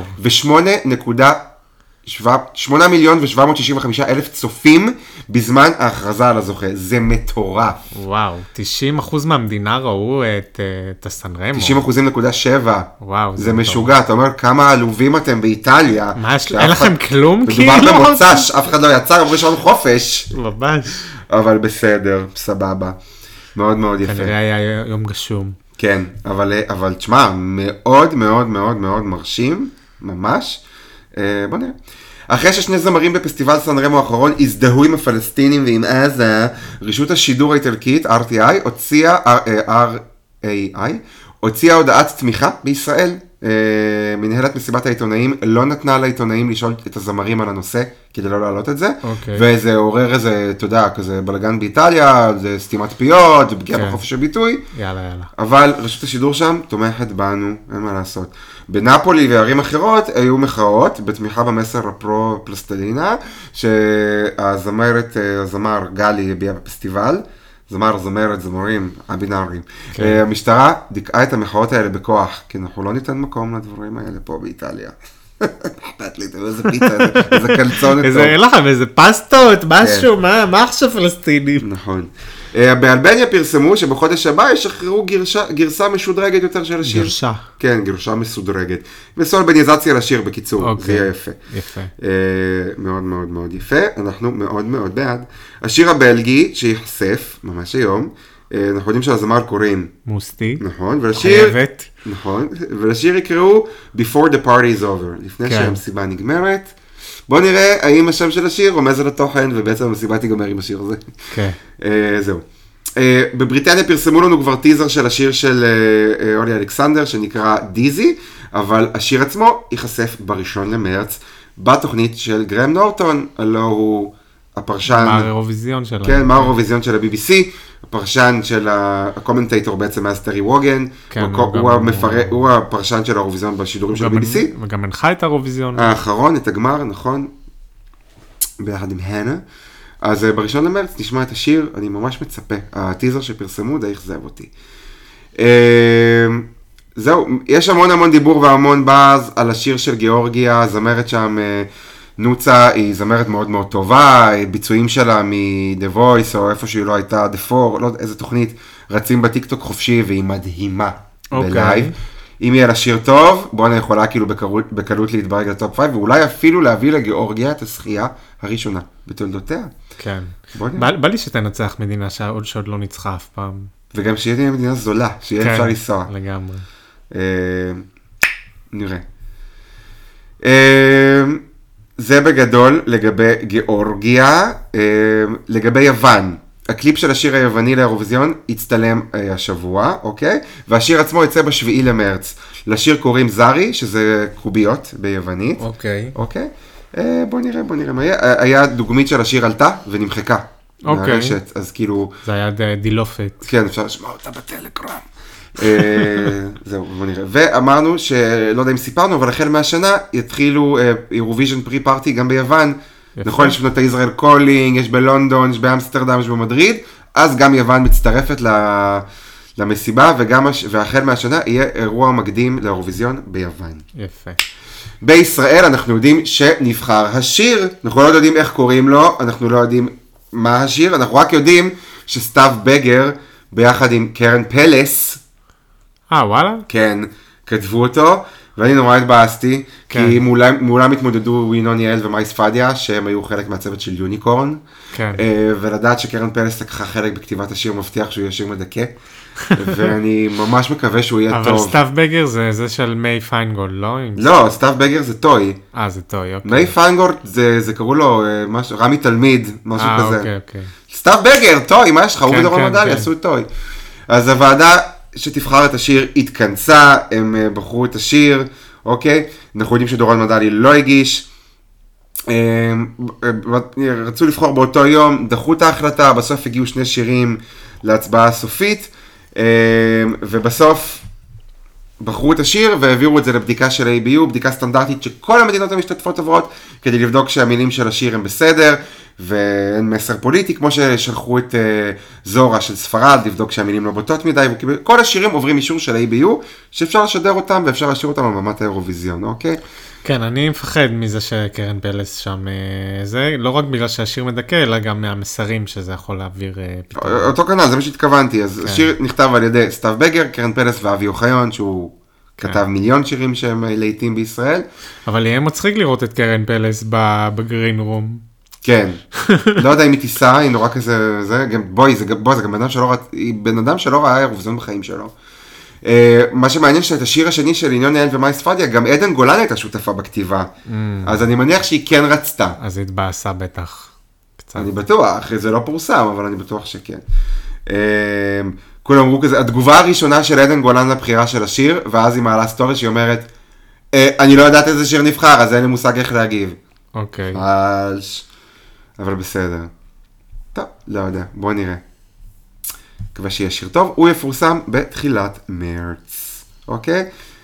ו-שמונה מיליון ושבע מאות שישים וחמישה אלף צופים בזמן ההכרזה על הזוכה. זה מטורף. וואו, תשעים אחוז מהמדינה ראו את, את הסנרמו. תשעים אחוז נקודה שבע. וואו, זה זה משוגע, אתה אומר כמה עלובים אתם באיטליה. מה יש, שאף אין אחד- לכם כלום כאילו? מדובר במוצ"ש, אף אחד לא יצא, אומרים שעון חופש. ממש. אבל בסדר, סבבה. מאוד מאוד יפה. כנראה היה יום גשום. כן, אבל, אבל תשמע, מאוד מאוד מאוד מאוד מרשים, ממש. אה, בוא נראה. אחרי ששני זמרים בפסטיבל סן רמו האחרון הזדהו עם הפלסטינים ועם עזה, רשות השידור האיטלקית, אר טי איי, הוציאה, אר איי איי, הוציאה הודעת תמיכה בישראל. אה, מנהלת מסיבת העיתונאים לא נתנה לעיתונאים לשאול את הזמרים על הנושא, כדי לא להעלות את זה. אוקיי. וזה עורר איזה, אתה יודע, כזה בלגן באיטליה, זה סתימת פיות, זה פגיעה כן. בחופש הביטוי. יאללה, יאללה. אבל רשות השידור שם תומכת בנו, אין מה לעשות. בנפולי וערים אחרות היו מחאות בתמיכה במסר הפרו-פלסטלינה, שהזמרת, הזמר גלי הביעה בפסטיבל, זמר, זמרת, זמרים, הבינאריים. כן. המשטרה דיכאה את המחאות האלה בכוח, כי אנחנו לא ניתן מקום לדברים האלה פה באיטליה. אכפת לי, איזה פיצה, איזה קלצון. איזה, אין לכם איזה פסטות, משהו, מה, מה עכשיו פלסטינים? נכון. באלבניה פרסמו שבחודש הבא ישחררו גרסה משודרגת יותר של השיר. גרשה. כן, גרשה מסודרגת. וסול בניזציה לשיר בקיצור, זה יהיה יפה. יפה. מאוד מאוד מאוד יפה, אנחנו מאוד מאוד בעד. השיר הבלגי שיחשף, ממש היום, אנחנו יודעים שהזמר קוראים. מוסטי. נכון, ולשיר... חייבת. נכון, ולשיר יקראו Before the Party is Over, לפני שהמסיבה נגמרת. בוא נראה האם השם של השיר רומז על התוכן, ובעצם המסיבה תיגמר עם השיר הזה. כן. זהו. בבריטניה פרסמו לנו כבר טיזר של השיר של אולי אלכסנדר, שנקרא דיזי, אבל השיר עצמו ייחשף בראשון למרץ, בתוכנית של גרם נורטון, הלא הוא הפרשן... מה האירוויזיון שלה. כן, מה האירוויזיון של ה-בי בי סי, הפרשן של הקומנטייטור בעצם מאז טרי ווגן, הוא הפרשן של האירוויזיון בשידורים של ה-בי בי סי. וגם הנחה את האירוויזיון. האחרון, את הגמר, נכון, ביחד עם הנה. אז בראשון למרץ נשמע את השיר, אני ממש מצפה. הטיזר שפרסמו די אכזב אותי. זהו, יש המון המון דיבור והמון באז על השיר של גיאורגיה, זמרת שם נוצה, היא זמרת מאוד מאוד טובה, ביצועים שלה מ-The Voice או איפה שהיא לא הייתה, The Four, לא יודע איזה תוכנית, רצים בטיקטוק חופשי והיא מדהימה בלייב. אם יהיה לה שיר טוב, בואו אני יכולה כאילו בקלות, בקלות להתברג לטופ פייב, ואולי אפילו להביא לגיאורגיה את השחייה הראשונה בתולדותיה. כן. בא, בא לי שתנצח מדינה שעוד שעוד לא ניצחה אף פעם. וגם שיהיה תהיה מדינה זולה, שיהיה כן, אפשר לנסוע. לגמרי. אה, נראה. אה, זה בגדול לגבי גיאורגיה, אה, לגבי יוון. הקליפ של השיר היווני לאירוויזיון יצטלם אה, השבוע, אוקיי? והשיר עצמו יצא בשביעי למרץ. לשיר קוראים זרי, שזה קוביות ביוונית. אוקיי. אוקיי? אה, בוא נראה, בוא נראה מה יהיה. אה, היה דוגמית של השיר עלתה ונמחקה. אוקיי. מהרשת, אז כאילו... זה היה דילופת. כן, אפשר לשמוע אותה בטלגרם. אה, זהו, בוא נראה. ואמרנו שלא יודע אם סיפרנו, אבל החל מהשנה יתחילו אירוויז'ן פרי פארטי גם ביוון. נכון, יש בנות הישראל קולינג, יש בלונדון, יש באמסטרדם, יש במדריד, אז גם יוון מצטרפת למסיבה, וגם, והחל מהשנה יהיה אירוע מקדים לאירוויזיון ביוון. יפה. בישראל אנחנו יודעים שנבחר השיר, אנחנו לא יודעים איך קוראים לו, אנחנו לא יודעים מה השיר, אנחנו רק יודעים שסתיו בגר, ביחד עם קרן פלס, אה, וואלה? כן, כתבו אותו, ואני נורא התבאסתי, כן. כי מולם, מולם התמודדו ינון יעל ומייס פדיה, שהם היו חלק מהצוות של יוניקורן, כן. ולדעת שקרן פלס לקחה חלק בכתיבת השיר מבטיח שהוא יהיה שיר מדכא, ואני ממש מקווה שהוא יהיה אבל טוב. אבל סתיו בגר זה זה של מי פיינגולד, לא? לא, סתיו בגר זה טוי. אה, זה טוי, אוקיי. מי פיינגולד זה, זה קראו לו משהו, רמי תלמיד, משהו אה, כזה. אוקיי, אוקיי. סתיו בגר, טוי, מה יש לך? הוא כן, ודורון כן, מדליה, כן. עשו טוי. אז הוועדה שתבחר את השיר התכנסה, הם בחרו את השיר, אוקיי? אנחנו יודעים שדורון מדלי לא הגיש, רצו לבחור באותו יום, דחו את ההחלטה, בסוף הגיעו שני שירים להצבעה הסופית, ובסוף בחרו את השיר והעבירו את זה לבדיקה של איי בי יו, בדיקה סטנדרטית שכל המדינות המשתתפות עוברות, כדי לבדוק שהמילים של השיר הם בסדר, ואין מסר פוליטי, כמו ששלחו את זורה של ספרד, לבדוק שהמילים לא בוטות מדי, כל השירים עוברים אישור של איי בי יו, שאפשר לשדר אותם ואפשר לשיר אותם על במת האירוויזיון, אוקיי? כן, אני מפחד מזה שקרן פלס שם, זה לא רק בגלל שהשיר מדכא, אלא גם מהמסרים שזה יכול להעביר פתאום. אותו כנ"ל, זה מה שהתכוונתי, אז השיר נכתב על ידי סתיו בגר, קרן פלס ואבי אוחיון, שהוא כתב מיליון שירים שהם לעיתים בישראל. אבל יהיה מצחיק לראות את קרן פלס בגרין רום. כן, לא יודע אם היא תיסע, היא נורא כזה, זה, גם, בואי, זה, בואי, זה גם בן אדם שלא, היא בן אדם שלא ראה אירוויזיון בחיים שלו. Uh, מה שמעניין שאת השיר השני של ינון יעל ומייס פדיה, גם עדן גולן הייתה שותפה בכתיבה, mm. אז אני מניח שהיא כן רצתה. אז התבאסה בטח. קצת. אני בטוח, זה לא פורסם, אבל אני בטוח שכן. Uh, כולם אמרו כזה, התגובה הראשונה של עדן גולן לבחירה של השיר, ואז היא מעלה סטורי שהיא אומרת, uh, אני לא יודעת איזה שיר נבחר, אז אין לי מושג איך להגיב. אוקיי. Okay. אז... אבל בסדר. טוב, לא יודע, בוא נראה. מקווה שיהיה שיר טוב, הוא יפורסם בתחילת מרץ, אוקיי?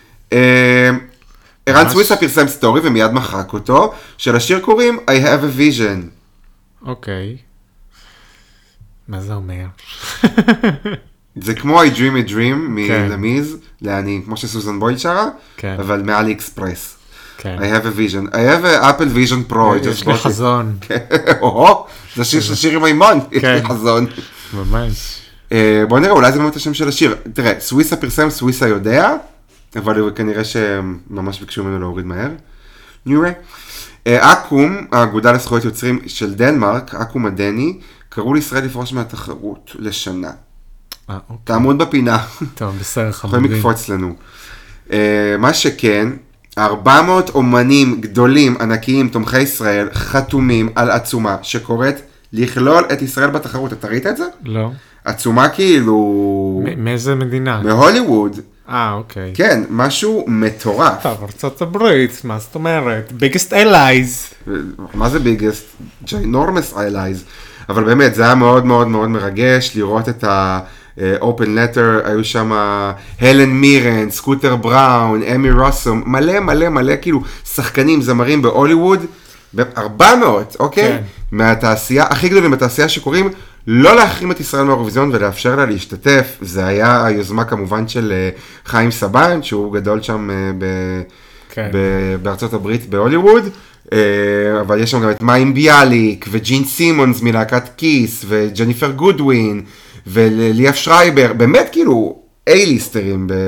ערן סוויסה פרסם סטורי ומיד מחק אותו, של השיר קוראים I have a vision. אוקיי. מה זה אומר? זה כמו I dream a dream מלמיז, כמו שסוזן בויל שרה, אבל מאלי אקספרס. כן. I have a vision. I have a Apple Vision Pro. I just יש לי bought it. חזון, או, זה שיר של שיר עם מימון, יש לי כן. חזון. ממש. אה, בוא נראה, אולי זה באמת השם של השיר. תראה, סוויסה פרסם, סוויסה יודע, אבל כנראה שממש ביקשו ממנו להוריד מהר. נראה. אה, אקו"ם, האגודה לזכויות יוצרים של דנמרק, אקו"ם הדני, קראו לישראל לפרוש מהתחרות לשנה. אה, אוקיי. תעמוד בפינה, טוב, בסדר, יכולים חמודים. לקפוץ לנו. אה, מה שכן, ארבע מאות אומנים גדולים, ענקיים, תומכי ישראל, חתומים על עצומה שקוראת לכלול את ישראל בתחרות. אתה ראית את זה? לא. עצומה כאילו... מ- מאיזה מדינה? מהוליווד. אה, אוקיי. כן, משהו מטורף. טוב, ארצות הברית, מה זאת אומרת? ביגסט אלייז. מה זה ביגסט? ג'יינורמס איילייז. אבל באמת, זה היה מאוד מאוד מאוד מרגש לראות את ה-open letter, היו שם הלן מירן, סקוטר בראון, אמי רוסום, מלא מלא מלא כאילו שחקנים, זמרים בהוליווד, ארבע מאות, אוקיי? כן. מהתעשייה, הכי גדולים בתעשייה שקוראים לא להחרים את ישראל מהאירוויזיון ולאפשר לה להשתתף. זה היה היוזמה כמובן של אה, חיים סבן, שהוא גדול שם אה, ב... כן. ב- בארצות הברית, בהוליווד, אה, אבל יש שם גם את מים ביאליק, וג'ין סימונס מלהקת כיס, וג'ניפר גודווין, וליאף שרייבר, באמת כאילו אייליסטרים ב-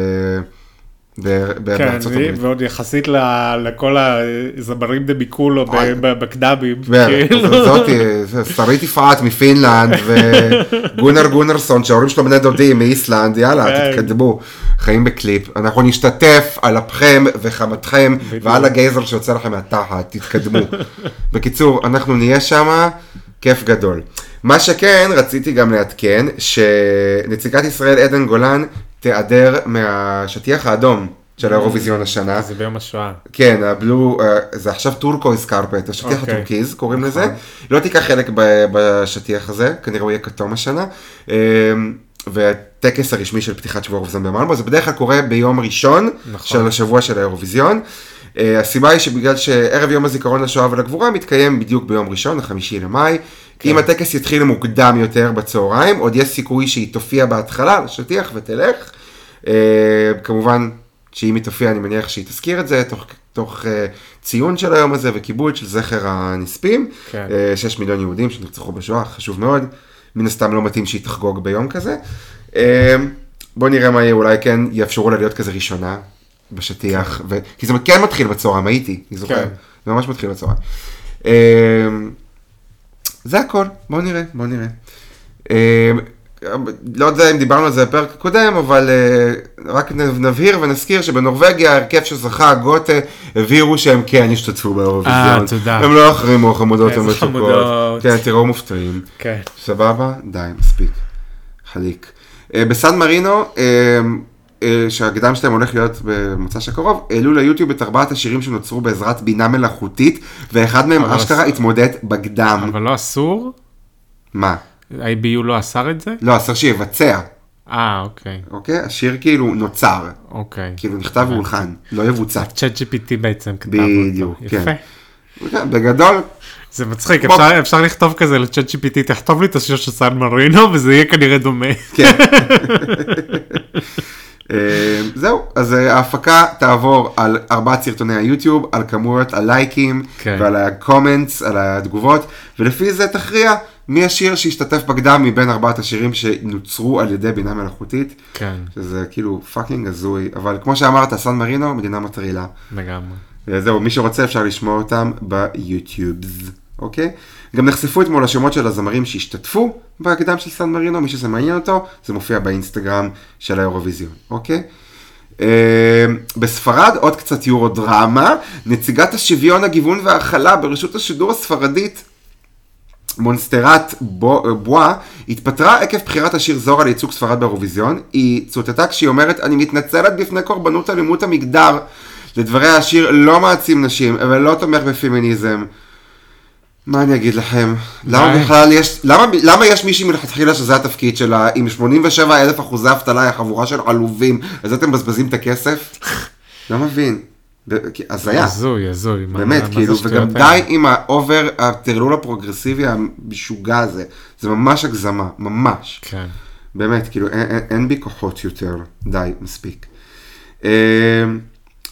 ב- ב- כן, בארצות הברית. ועוד יחסית ל- לכל הזמרים דביקולו אוי. בקדאבים. כן, כאילו. זאתי, שרית יפעת מפינלנד, וגונר גונרסון, שההורים שלו בני דודים מאיסלנד, יאללה, כן. תתקדמו, חיים בקליפ. אנחנו נשתתף על אפכם וחמתכם, ועל הגייזר שיוצא לכם מהתחת, תתקדמו. בקיצור, אנחנו נהיה שם, כיף גדול. מה שכן, רציתי גם לעדכן, שנציגת ישראל עדן גולן תיעדר מהשטיח האדום של האירוויזיון השנה. זה ביום השואה. כן, הבלו, זה עכשיו טורקויז קרפט, השטיח אוקיי. הטורקיז, קוראים לזה. לא תיקח חלק ב- בשטיח הזה, כנראה הוא יהיה כתום השנה. והטקס הרשמי של פתיחת שבוע האירוויזיון במלבו, זה בדרך כלל קורה ביום ראשון נכון. של השבוע של האירוויזיון. הסיבה היא שבגלל שערב יום הזיכרון לשואה ולגבורה מתקיים בדיוק ביום ראשון, החמישי למאי. אם הטקס יתחיל מוקדם יותר בצהריים, עוד יש סיכוי שהיא תופיע בהתחלה לשטיח ותלך. כמובן שאם היא תופיע, אני מניח שהיא תזכיר את זה, תוך, תוך uh, ציון של היום הזה וכיבוד של זכר הנספים. כן. Uh, שש מיליון יהודים שנרצחו בשואה, חשוב מאוד. מן הסתם לא מתאים שהיא תחגוג ביום כזה. Uh, בוא נראה מה יהיה, אולי כן יאפשרו לה להיות כזה ראשונה בשטיח. ו... כי זה כן מתחיל בצהריים, הייתי, אני זוכר. כן. זה ממש מתחיל בצהריים. Uh, זה הכל, בוא נראה, בוא נראה. Uh, לא יודע אם דיברנו על זה בפרק הקודם, אבל uh, רק נבהיר ונזכיר שבנורווגיה ההרכב שזכה גוטה הבהירו שהם כן השתתפו באירוויזיון. אה, תודה. הם לא החרימו חמודות איזה ומתוקות. חמודות. כן, תראו מופתעים. כן. סבבה? די, מספיק. חליק. Uh, בסן מרינו, uh, uh, שהקדם שלהם הולך להיות במוצ"ש הקרוב, העלו ליוטיוב את ארבעת השירים שנוצרו בעזרת בינה מלאכותית, ואחד מהם אבל אשכרה אס- התמודד בקדם. אבל לא אסור? מה? איי בי יו לא אסר את זה? לא, אסר שיבצע. אה, אוקיי. אוקיי? השיר כאילו נוצר. אוקיי. כאילו נכתב והולחן, לא יבוצע. צ'אט ג'י פי טי בעצם כתב אותו. בדיוק, יפה. כן. כן, בגדול, זה מצחיק, בוא. אפשר, אפשר לכתוב כזה לצ'אט ג'י פי טי, תכתוב לי את השיר של סן מרינו, וזה יהיה כנראה דומה. כן. אה, זהו, אז אה, ההפקה תעבור על ארבעת סרטוני היוטיוב, על כמויות הלייקים, כן. ועל הקומנטס, על התגובות, ולפי זה תכריע מי השיר שהשתתף בקדם מבין ארבעת השירים שנוצרו על ידי בינה מלאכותית, כן, שזה כאילו פאקינג הזוי, אבל כמו שאמרת, סן מרינו, מדינה מטרילה. לגמרי. וזהו, מי שרוצה אפשר לשמוע אותם ביוטיובס, אוקיי? גם נחשפו אתמול השמות של הזמרים שהשתתפו בהקדם של סן מרינו, מי שזה מעניין אותו, זה מופיע באינסטגרם של האירוויזיון, אוקיי? אה, בספרד עוד קצת יורו דרמה, נציגת השוויון, הגיוון וההכלה ברשות השידור הספרדית, מונסטרט בו, בואה, התפטרה עקב בחירת השיר זורה לייצוג ספרד באירוויזיון. היא צוטטה כשהיא אומרת, אני מתנצלת בפני קורבנות אלימות המגדר. לדבריה השיר לא מעצים נשים, אבל לא תומך בפמיניזם. מה אני אגיד לכם? למה בכלל יש, למה, למה יש מישהי מלכתחילה שזה התפקיד שלה, עם שמונים ושבעה אלף אחוזי אבטלה, היא חבורה של עלובים, אז אתם מבזבזים את הכסף? לא מבין. אז היה. הזוי, הזוי. מה- באמת, מה זה כאילו, השטויות וגם האלה? די עם האובר, הטרלול הפרוגרסיבי המשוגע הזה. זה ממש הגזמה, ממש. כן. באמת, כאילו, אין, אין, אין בי כוחות יותר. די, מספיק. אה,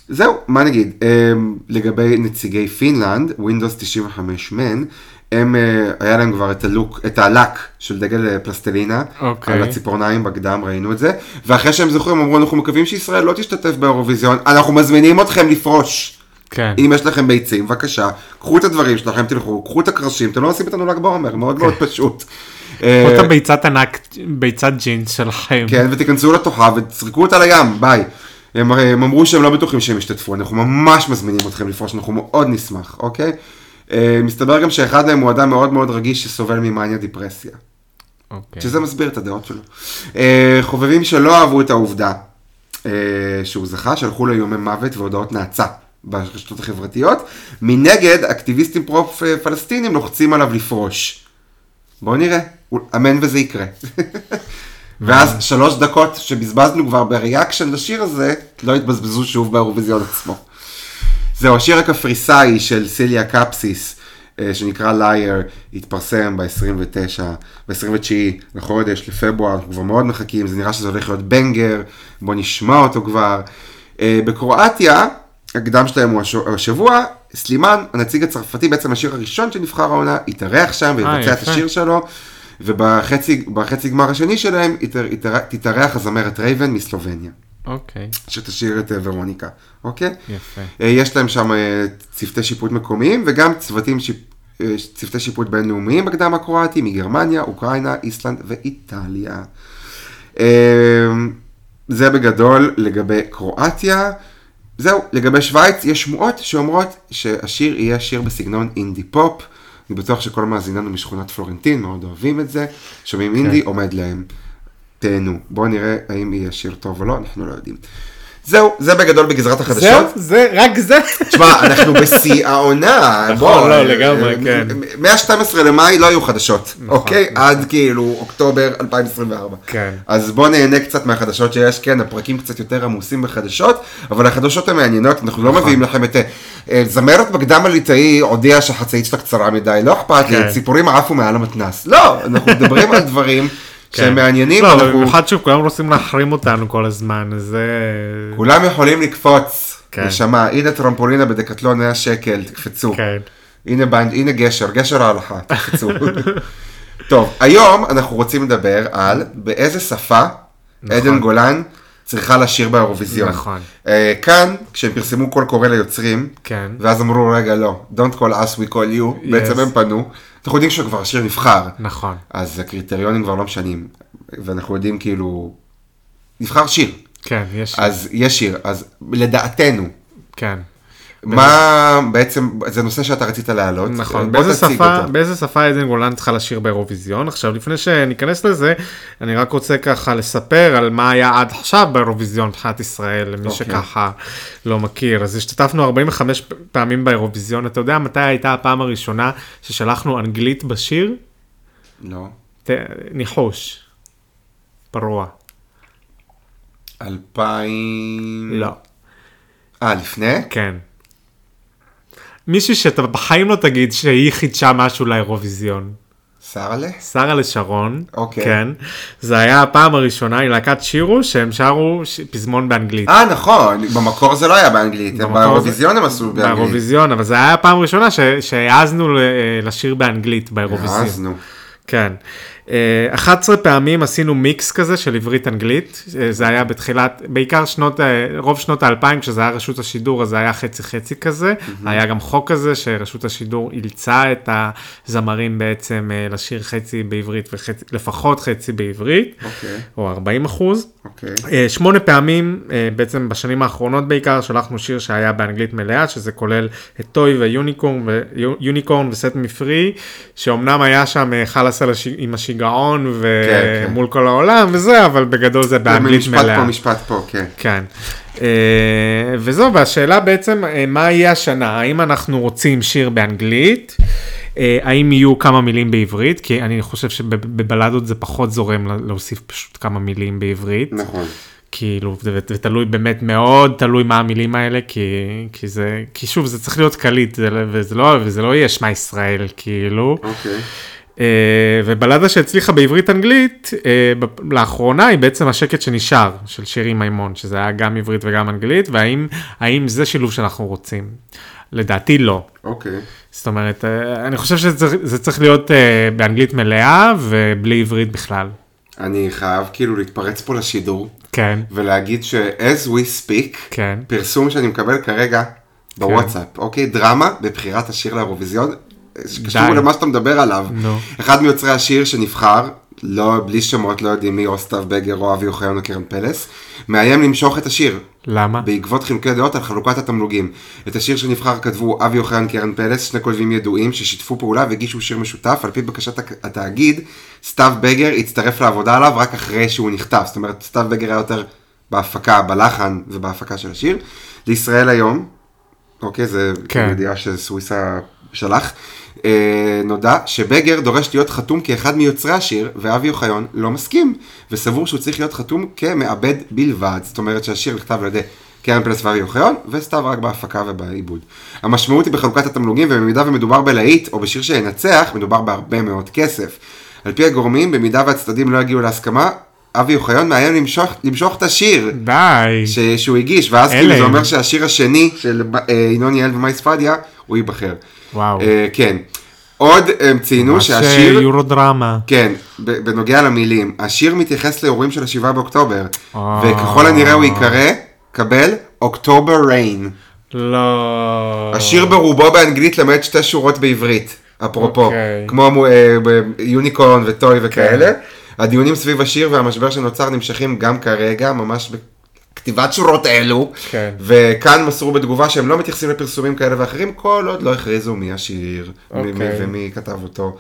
זהו, מה נגיד? אמ, לגבי נציגי פינלנד, Windows תשעים וחמש מן, הם, אה, היה להם כבר את הלוק, את הלק של דגל אה, פלסטלינה, אוקיי. על הציפורניים בקדם, ראינו את זה, ואחרי שהם זוכרים, אמרו, אנחנו מקווים שישראל לא תשתתף באירוויזיון, אנחנו מזמינים אתכם לפרוש. כן. אם יש לכם ביצים, בבקשה, קחו את הדברים שלכם, תלכו, קחו את הקרשים, אתם לא עושים איתנו ל"ג בעומר, מאוד מאוד פשוט. קחו את הביצת ענק, ביצת ג'ינס שלכם. כן, ותיכנסו לתוכה ותזרקו אותה לים, ביי. הם, הם אמרו שהם לא בטוחים שהם ישתתפו, אנחנו ממש מזמינים אתכם לפרוש, אנחנו מאוד נשמח, אוקיי? מסתבר גם שאחד מהם הוא אדם מאוד מאוד רגיש שסובל ממאניה דיפרסיה. אוקיי. שזה מסביר את הדעות שלו. חובבים שלא אהבו את העובדה שהוא זכה, שלחו לו איומי מוות והודעות נאצה ברשתות החברתיות. מנגד, אקטיביסטים פרו-פלסטינים לוחצים עליו לפרוש. בואו נראה, אמן וזה יקרה. ואז שלוש דקות שבזבזנו כבר בריאקשן לשיר הזה, לא התבזבזו שוב באירוויזיון עצמו. זהו, השיר הקפריסאי של סיליה קפסיס, שנקרא לייר, התפרסם ב-עשרים ותשע, ב-עשרים ותשעה לחודש, לפברואר, אנחנו כבר מאוד מחכים, זה נראה שזה הולך להיות בנגר, בוא נשמע אותו כבר. בקרואטיה, הקדם שלהם הוא השבוע, סלימן, הנציג הצרפתי, בעצם השיר הראשון שנבחר העונה, התארח שם ויבצע את השיר שלו, ובחצי גמר השני שלהם, תתארח הזמרת רייבן מסלובניה. אוקיי. שתשאיר את ורוניקה, אוקיי? יפה. יש להם שם צוותי שיפוט מקומיים, וגם צוותים שיפ... צוותי שיפוט בינלאומיים בקדם הקרואטי, מגרמניה, אוקראינה, איסלנד ואיטליה. זה בגדול לגבי קרואטיה. זהו, לגבי שוויץ, יש שמועות שאומרות שהשיר יהיה שיר בסגנון אינדי פופ. אני בטוח שכל מאזיננו משכונת פלורנטין מאוד אוהבים את זה. שומעים אינדי, עומד להם. תהנו. בואו נראה האם יהיה שיר טוב או לא, אנחנו לא יודעים. זהו, זה בגדול בגזרת החדשות. זהו, זה, רק זה. תשמע, אנחנו בשיא העונה. נכון, לא, לגמרי, כן. מה-שתים עשרה למאי לא היו חדשות, אוקיי? עד כאילו אוקטובר אלפיים עשרים וארבע. כן. אז בואו נהנה קצת מהחדשות שיש, כן, הפרקים קצת יותר עמוסים בחדשות, אבל החדשות הן מעניינות, אנחנו לא מביאים לכם את... זמרת בקדם הליטאי הודיעה שהחצאית שלה קצרה מדי, לא אכפת לי, ציפורים עפו מעל המתנס. לא, אנחנו מדברים על דברים... שהם מעניינים. לא, במיוחד שכולם רוצים להחרים אותנו כל הזמן, זה... כולם יכולים לקפוץ. נשמה, הנה טרמפולינה בדקטלון מאה שקל, תקפצו. הנה גשר, גשר ההלכה, תקפצו. טוב, היום אנחנו רוצים לדבר על באיזה שפה עדן גולן צריכה לשיר באירוויזיון. נכון. כאן, כשהם פרסמו קול קורא ליוצרים, ואז אמרו, רגע, לא, don't call us, we call you, בעצם הם פנו. אנחנו יודעים שכבר השיר נבחר. נכון. אז הקריטריונים כבר לא משנים, ואנחנו יודעים כאילו, נבחר שיר. כן, יש שיר. אז יש שיר, אז לדעתנו. כן. מה בעצם, זה נושא שאתה רצית להעלות. נכון, באיזה שפה, באיזה שפה עדן גולן צריכה לשיר באירוויזיון. עכשיו, לפני שניכנס לזה, אני רק רוצה ככה לספר על מה היה עד עכשיו באירוויזיון מבחינת ישראל, למי שככה לא מכיר. אז השתתפנו ארבעים וחמש פעמים באירוויזיון. אתה יודע מתי הייתה הפעם הראשונה ששלחנו אנגלית בשיר? לא. ניחוש. פרוע. אלפיים... לא. אה, לפני? כן. מישהו שאתה בחיים לא תגיד שהיא חידשה משהו לאירוויזיון. שרלה? שרלה שרון. אוקיי. כן. זה היה הפעם הראשונה עם להקת שירו שהם שרו ש... פזמון באנגלית. אה, נכון. במקור זה לא היה באנגלית. באירוויזיון הם עשו באנגלית. באירוויזיון, אבל זה היה הפעם הראשונה ש... שהעזנו לשיר באנגלית באירוויזיון. העזנו. כן. אחת עשרה פעמים עשינו מיקס כזה של עברית אנגלית, זה היה בתחילת, בעיקר שנות, רוב שנות האלפיים, כשזה היה רשות השידור, אז זה היה חצי חצי כזה, mm-hmm. היה גם חוק כזה, שרשות השידור אילצה את הזמרים בעצם לשיר חצי בעברית, ולפחות חצי בעברית, okay. או ארבעים אחוז. Okay. שמונה פעמים, בעצם בשנים האחרונות בעיקר, שלחנו שיר שהיה באנגלית מלאה, שזה כולל את טוי ויוניקורן, ויוניקורן וסט מפרי, שאומנם היה שם חלס עם השיגעון ומול כל העולם וזה, אבל בגדול זה באנגלית מלאה. משפט פה, משפט פה, כן. כן. וזו, והשאלה בעצם, מה יהיה השנה? האם אנחנו רוצים שיר באנגלית? האם יהיו כמה מילים בעברית? כי אני חושב שבבלדות זה פחות זורם להוסיף פשוט כמה מילים בעברית. נכון. כאילו, ותלוי באמת מאוד, תלוי מה המילים האלה, כי, כי זה, כי שוב, זה צריך להיות קליט, וזה לא, וזה לא יהיה שמע ישראל, כאילו. אוקיי. אה, ובלדה שהצליחה בעברית-אנגלית, אה, ב- לאחרונה היא בעצם השקט שנשאר, של שירי מימון, שזה היה גם עברית וגם אנגלית, והאם האם זה שילוב שאנחנו רוצים? לדעתי לא. אוקיי. זאת אומרת, אה, אני חושב שזה צריך- זה צריך להיות אה, באנגלית מלאה, ובלי עברית בכלל. אני חייב כאילו להתפרץ פה לשידור, כן, ולהגיד ש-as we speak, כן. פרסום שאני מקבל כרגע בוואטסאפ, אוקיי? דרמה בבחירת השיר לאירוויזיון, שקשור די. למה שאתה מדבר עליו. נו. אחד מיוצרי השיר שנבחר, לא, בלי שמות, לא יודעים מי, או סתיו בגר, או אבי אוחיון, או קרן פלס, מאיים למשוך את השיר. למה? בעקבות חילוקי דעות על חלוקת התמלוגים. את השיר שנבחר כתבו אבי אוחיון, קרן פלס, שני כותבים ידועים ששיתפו פעולה והגישו שיר משותף, על פי בקשת התאגיד, סתיו בגר הצטרף לעבודה עליו רק אחרי שהוא נכתב. זאת אומרת, סתיו בגר היה יותר בהפקה, בלחן ובהפקה של השיר. לישראל היום, אוקיי, זה כן. ידיעה שסוויסה שלח, אה, נודע שבגר דורש להיות חתום כאחד מיוצרי השיר, ואבי אוחיון לא מסכים, וסבור שהוא צריך להיות חתום כמעבד בלבד. זאת אומרת שהשיר נכתב על ידי קרן פלס ואבי אוחיון, וסתיו רק בהפקה ובעיבוד. המשמעות היא בחלוקת התמלוגים, ובמידה ומדובר בלהיט, או בשיר שינצח, מדובר בהרבה מאוד כסף. על פי הגורמים, במידה והצדדים לא יגיעו להסכמה, אבי אוחיון מאיים למשוך, למשוך את השיר. די. ש... שהוא הגיש, ואז אלה. כאילו זה אומר שהשיר השני של אה, ינון יעל ומאי ספדיה, הוא ייבחר. וואו. אה, כן. עוד הם ציינו ממש שהשיר, יורו דרמה. כן, ב- בנוגע למילים, השיר מתייחס לאירועים של השבעה באוקטובר, אה. וככל הנראה הוא יקרא, קבל, אוקטובר ריין. לא. השיר ברובו באנגלית למעט שתי שורות בעברית, אפרופו, אוקיי. כמו אה, ב- יוניקורן וטוי וכאלה. הדיונים סביב השיר והמשבר שנוצר נמשכים גם כרגע, ממש בכתיבת שורות אלו, כן. וכאן מסרו בתגובה שהם לא מתייחסים לפרסומים כאלה ואחרים, כל עוד לא הכריזו מי השיר, מי- מי- אוקיי. ומי כתב אותו.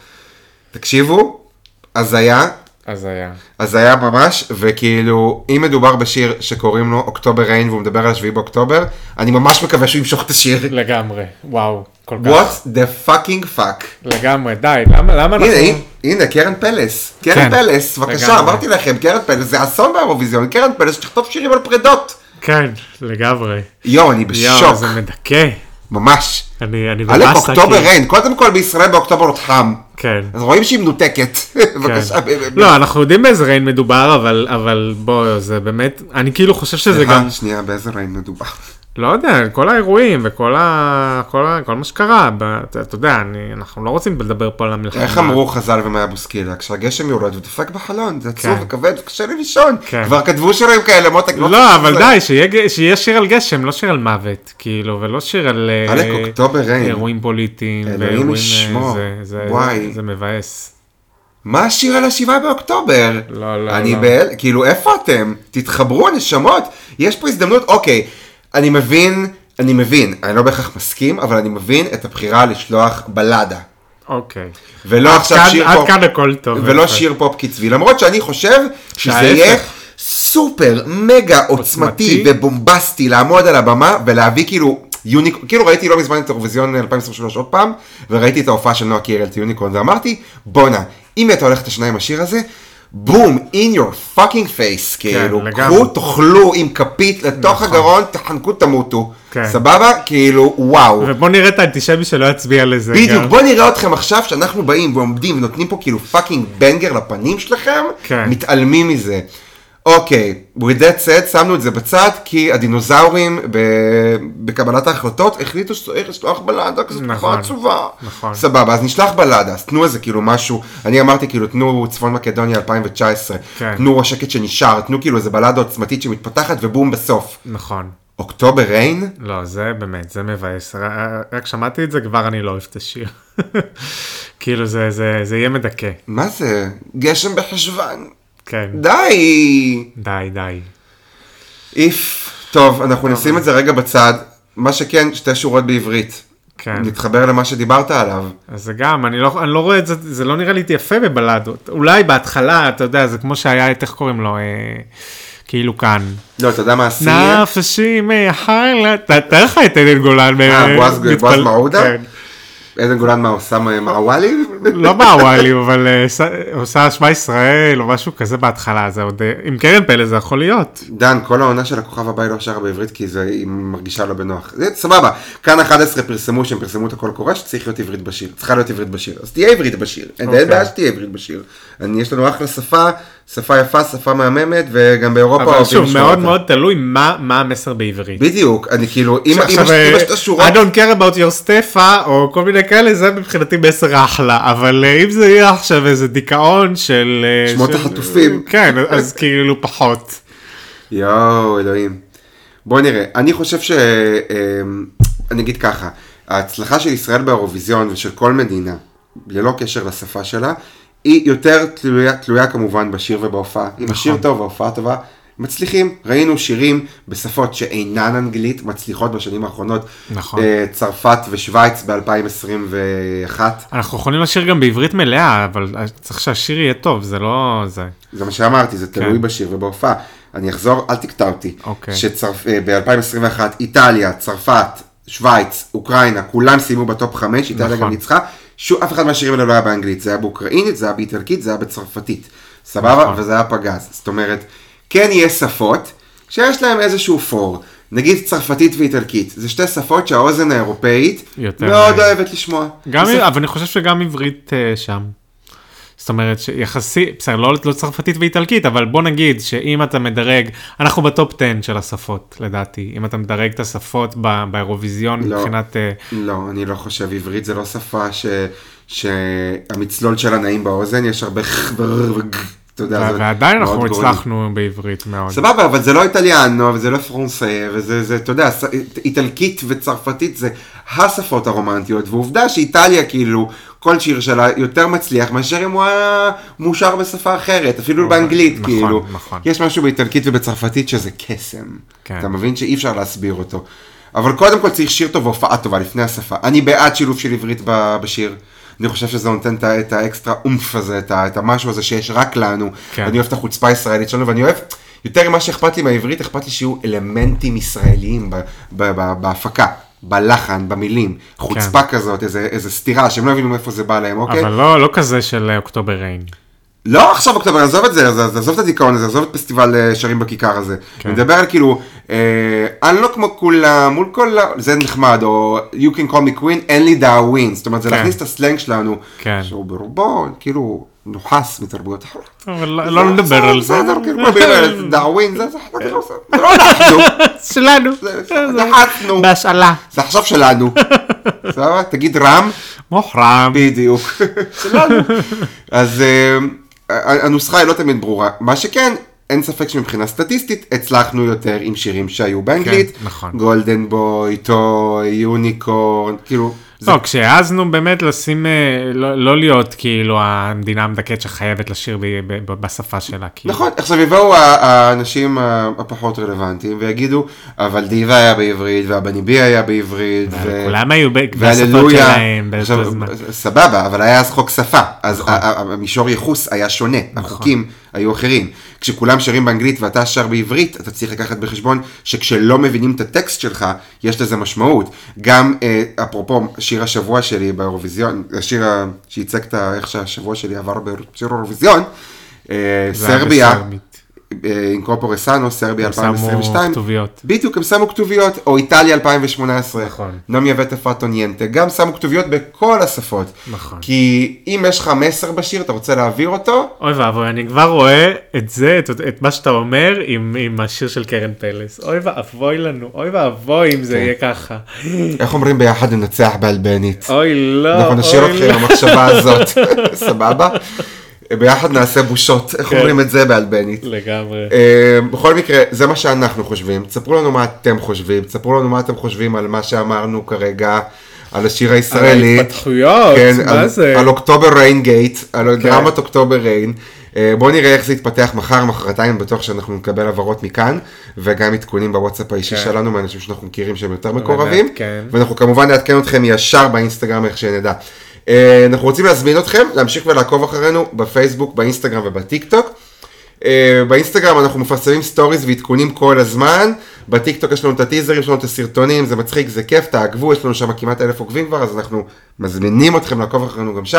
תקשיבו, הזיה, אז היה. הזיה ממש, וכאילו, אם מדובר בשיר שקוראים לו אוקטובר ריין, והוא מדבר על השביעי באוקטובר, אני ממש מקווה שהוא ימשוך את השיר. לגמרי. וואו. כל כך. What the fucking fuck. לגמרי. די. למה למה אנחנו... הנה, הנה, הנה, קרן פלס. קרן כן, פלס, בבקשה, לגמרי. אמרתי לכם, קרן פלס, זה אסון באירוויזיון, קרן פלס, שתכתוב שירים על פרדות. כן. לגמרי. יואו, אני יואו, בשוק, זה מדכא. ממש. אני אני אלף בבאסה, אוקטובר כי- ריין, קודם כל בישראל באוקטובר עוד חם. כן. אז רואים שהיא מנותקת. בבקשה. כן. לא, אנחנו יודעים באיזה ריין מדובר, אבל, אבל בוא, זה באמת, אני כאילו חושב שזה סליחה, גם, שנייה, באיזה ריין מדובר? לא יודע, כל האירועים וכל ה, כל ה, כל מה שקרה, ב, אתה, אתה יודע, אני, אנחנו לא רוצים לדבר פה על המלחמה. איך אמרו חז"ל ומאיה בוסקילה, כשהגשם יורד ודופק בחלון, זה עצוב כן. וכבד וקשה לי לישון. כן. כבר כתבו שירים כאלה, מותק. לא, אבל די, שיהיה, ג- שיהיה שיר על גשם, לא שיר על מוות, כאילו, ולא שיר על אה, עלק אוקטובר ריין. אירועים פוליטיים, אלוהים ואירועים, אה, ישמור. זה- זה- וואי. זה מבאס. מה השיר על השבעה באוקטובר? לא, לא, אני לא. בהל, כאילו איפה אתם? תתחברו נשמות, יש פה הזדמנות, אוקיי, אני מבין, אני מבין, אני לא בהכרח מסכים, אבל אני מבין את הבחירה לשלוח בלדה. אוקיי. ולא עד עכשיו כאן- שיר עד פופ, כאן הכל טוב. ולא יפה. שיר פופ קצבי, למרות שאני חושב שזה שההפך. יהיה סופר מגה עוצמתי עוצמתי. ובומבסטי לעמוד על הבמה ולהביא כאילו יוניק, כאילו ראיתי לא מזמן את האירוויזיון אלפיים עשרים ושלוש עוד פעם, וראיתי את ההופעה של נועה קירל את יוניקורן, ואמרתי, בונה, אם אתה הולכת לשנה עם השיר הזה, בום, in your fucking face, כאילו, לגמרי. קחו, תאכלו עם כפית לתוך נכון. הגרון, תחנקו, תמותו, כן. סבבה? כאילו, וואו. ובוא נראה את האנטישמי שלא יצביע לזה. בדיוק, גם. בוא נראה אתכם עכשיו שאנחנו באים ועומדים ונותנים פה כאילו פאקינג בנגר לפנים שלכם, כן. מתעלמים מזה. אוקיי, with that said, שמנו את זה בצד, כי הדינוזאורים ב- בקבלת ההחלטות החליטו שצריך לשלוח בלדה כזאת נכון, נכון, עצובה. נכון. סבבה, אז נשלח בלדה, אז תנו איזה כאילו משהו, אני אמרתי כאילו תנו צפון מקדוניה אלפיים תשע עשרה, כן. תנו השקט שנשאר, תנו כאילו איזה בלדה עוצמתית שמתפתחת ובום בסוף. נכון. אוקטובר ריין? לא, זה באמת, זה מבאס. ר- רק שמעתי את זה, כבר אני לא אוהב את השיר. כאילו זה, זה, זה יהיה מדכא. מה זה? גשם בחשוון. כן. די! די, די. איף. טוב, אנחנו נשים את זה רגע בצד. מה שכן, שתי שורות בעברית. כן. נתחבר למה שדיברת עליו. אז זה גם, אני לא, אני לא רואה את זה, זה לא נראה לי יפה בבלדות. אולי בהתחלה, אתה יודע, זה כמו שהיה, את איך קוראים לו, אה, כאילו כאן. לא, אתה יודע מה עשייה? נפשי מחיילה, תאר לך את עדן גולן. אה, בועז- מתפל- בועז מעודה? כן. עדן גולן מה עושה מעוואלי? לא מהוואלים, אבל אה, ס- עושה שמע ישראל או משהו כזה בהתחלה, זה עוד, אה, עם קרן פלא זה יכול להיות. דן, כל העונה של הכוכב הבא היא לא שרה בעברית, כי זה, היא מרגישה לא בנוח. זה סבבה. כאן אחת עשרה פרסמו שהם פרסמו את הכל קורא, שצריך להיות עברית בשיר. צריכה להיות עברית בשיר. אז תהיה עברית בשיר. אין אוקיי. אין בעיה שתהיה עברית בשיר. אני, יש לנו אחלה שפה, שפה יפה, שפה מהממת, וגם באירופה אבל אוהבים שוב, לשמוע מאוד אותה. מאוד תלוי מה מה המסר בעברית. בדיוק, אני כאילו, אם עכשיו, אם אה, יש את השורות... I don't care about your Stefa, או כל מיני כאלה, זה מבחינתי מסר אחלה, אבל אה, אם זה יהיה עכשיו איזה דיכאון של... אה, שמות של- החטופים. כן, אז כאילו פחות. יואו, אלוהים. בוא נראה, אני חושב ש... אמ, אני אגיד ככה, ההצלחה של ישראל באירוויזיון ושל כל מדינה, ללא קשר לשפה שלה, היא יותר תלויה, תלויה כמובן בשיר ובהופעה. אם השיר טוב וההופעה טובה, מצליחים. ראינו שירים בשפות שאינן אנגלית, מצליחות בשנים האחרונות. נכון. אה, צרפת ושוויץ ב-אלפיים עשרים ואחת. אנחנו יכולים לשיר גם בעברית מלאה, אבל צריך שהשיר יהיה טוב, זה לא זה. זה מה שאמרתי, זה תלוי כן. בשיר ובהופעה. אני אחזור, אל תקטע אותי. אוקיי. שב-אלפיים עשרים ואחת, איטליה, צרפת, שוויץ, אוקראינה, כולם סיימו בטופ חמש, איטליה נכון. גם ניצחה. שוב, אף אחד מהשירים האלה לא היה באנגלית, זה היה באוקראינית, זה היה באיטלקית, זה היה בצרפתית. סבבה? נכון. וזה היה פגז. זאת אומרת, כן יהיה שפות שיש להם איזשהו פור. נגיד צרפתית ואיטלקית. זה שתי שפות שהאוזן האירופאית יותר מאוד אה, אוהבת לשמוע. גם, בסוף- אבל אני חושב שגם עברית אה, שם. זאת אומרת שיחסי, בסדר, לא, לא צרפתית ואיטלקית, אבל בוא נגיד שאם אתה מדרג, אנחנו בטופ עשר של השפות, לדעתי. אם אתה מדרג את השפות ב- באירוויזיון לא. מבחינת... אה, לא, אני לא חושב. עברית זה לא שפה ש... שהמצלול שלה נעים באוזן, יש הרבה חברג, אתה יודע, זה ועדיין אנחנו מאוד גורלי. הצלחנו בעברית מאוד. סבבה, אבל זה לא איטליאנו, וזה לא פרנסה, וזה, זה, אתה יודע, ס- איטלקית וצרפתית זה השפות הרומנטיות, ועובדה שאיטליה כאילו, כל שיר שלה יותר מצליח מאשר אם הוא היה מושר בשפה אחרת, אפילו נכון, באנגלית, נכון, כאילו. נכון. יש משהו באיטלקית ובצרפתית שזה קסם. כן. אתה מבין שאי אפשר להסביר אותו. אבל קודם כל צריך שיר טוב והופעה טובה לפני השפה. אני בעד שילוב של עברית ב- בשיר. אני חושב שזה נותן את ה- את האקסטרה אומף הזה, את ה- את המשהו הזה שיש רק לנו. כן. אני אוהב את החוצפה הישראלית שלנו, ואני אוהב, יותר ממה שאכפת לי מהעברית, אכפת לי שיהיו אלמנטים ישראליים ב- ב- ב- בהפקה, בלחן, במילים, חוצפה כזאת, איזה, איזה סתירה, שהם לא הבינו מאיפה זה בא להם, אוקיי? אבל לא, לא כזה של אה, אוקטובר ריין. לא עכשיו אוקטובר, עזוב את זה, אז- אז עזוב את הדיכאון הזה, עזוב את פסטיבל אה, שרים בכיכר הזה. כן. אני מדבר על כאילו, אה, אני לא כמו כולם, מול כל, ה- זה נחמד, או you can call me queen, אין לי דעה ווין, זאת אומרת, זה כן. להכניס את הסלנג שלנו, כן. שהוא ברובו, כאילו, נוחס מתרבויות אחרות. אבל לא- לא לדבר על זה. בסדר, כאילו, בגלל דעה ווין, זה זה זה לא אנחנו, שלנו. זה זה אנחנו, בהשאלה. זה עכשיו שלנו. סבבה? תגיד רם. מוחרם. בדיוק. שלנו. אז אה, הנוסחה היא לא תמיד ברורה. מה שכן, אין ספק שמבחינה סטטיסטית הצלחנו יותר עם שירים שהיו באנגלית. כן, נכון. גולדן בוי, טוי, יוניקורן, כאילו... זה- לא, כשהעזנו באמת לשים, אה, לא לא להיות כאילו המדינה המדכאת שחייבת לשיר ב- ב- ב- בשפה שלה. כאילו. נכון, עכשיו יבואו ה- האנשים ה- הפחות רלוונטיים ויגידו, אבל דיווה היה בעברית, והבניבי היה בעברית, ו- כולם היו ב- בשפות והללויה. שלהם באותו עכשיו, זמן. סבבה, אבל היה אז חוק שפה, אז ה- ה- המישור ייחוס היה שונה, החוקים היו אחרים. כשכולם שרים באנגלית ואתה שר בעברית, אתה צריך לקחת בחשבון שכשלא מבינים את הטקסט שלך, יש לזה משמעות. גם, אה, אפרופו, שיר השבוע שלי באירוויזיון, השיר ה- שייצג את ה- איך שהשבוע שלי עבר בשיר האירוויזיון, אה, זה היה סרביה, בסרבית. אינקורפורסנו, סרביה הם אלפיים עשרים שמו ושתיים. כתוביות. בדיוק, הם שמו כתוביות, או איטליה אלפיים ושמונה עשרה. נכון. נומיה וטפטוניינטה, גם שמו כתוביות בכל השפות. נכון. כי אם יש לך מסר בשיר, אתה רוצה להעביר אותו, אוי ואבוי, אני כבר רואה את זה, את, את מה שאתה אומר עם, עם השיר של קרן פלס. אוי ואבוי לנו, אוי ואבוי אם זה יהיה ככה. איך אומרים ביחד ננצח באלבנית? אוי לא, אנחנו נשאיר אוי אתכם לא. עם המחשבה הזאת, סבבה? ביחד נעשה בושות, איך כן. אומרים את זה באלבנית? לגמרי. אה, בכל מקרה, זה מה שאנחנו חושבים. תספרו לנו מה אתם חושבים, תספרו לנו מה אתם חושבים על מה שאמרנו כרגע, על השיר הישראלי. ההתפתחויות, כן, מה על, זה? על אוקטובר ריין גייט, על דרמת אוקטובר ריין. אה, בואו נראה איך זה יתפתח מחר, מחרתיים, בטוח שאנחנו נקבל עברות מכאן, וגם עדכונים בוואטסאפ האישי כן. שלנו, מאנשים שאנחנו מכירים שהם יותר מקורבים, כן. ואנחנו כמובן נעדכן אתכם ישר באינסטגרם איך שנדע. אה, אנחנו רוצים להזמין אתכם, להמשיך ולעקוב אחרינו בפייסבוק, באינסטגרם ובטיק טוק. Uh, באינסטגרם אנחנו מפרסמים סטוריז ועדכונים כל הזמן, בטיק טוק יש לנו את הטיזרים, יש לנו את הסרטונים, זה מצחיק, זה כיף, תעקבו, יש לנו שם כמעט אלף עוקבים כבר, אז אנחנו מזמינים אתכם לעקוב אחרינו גם שם,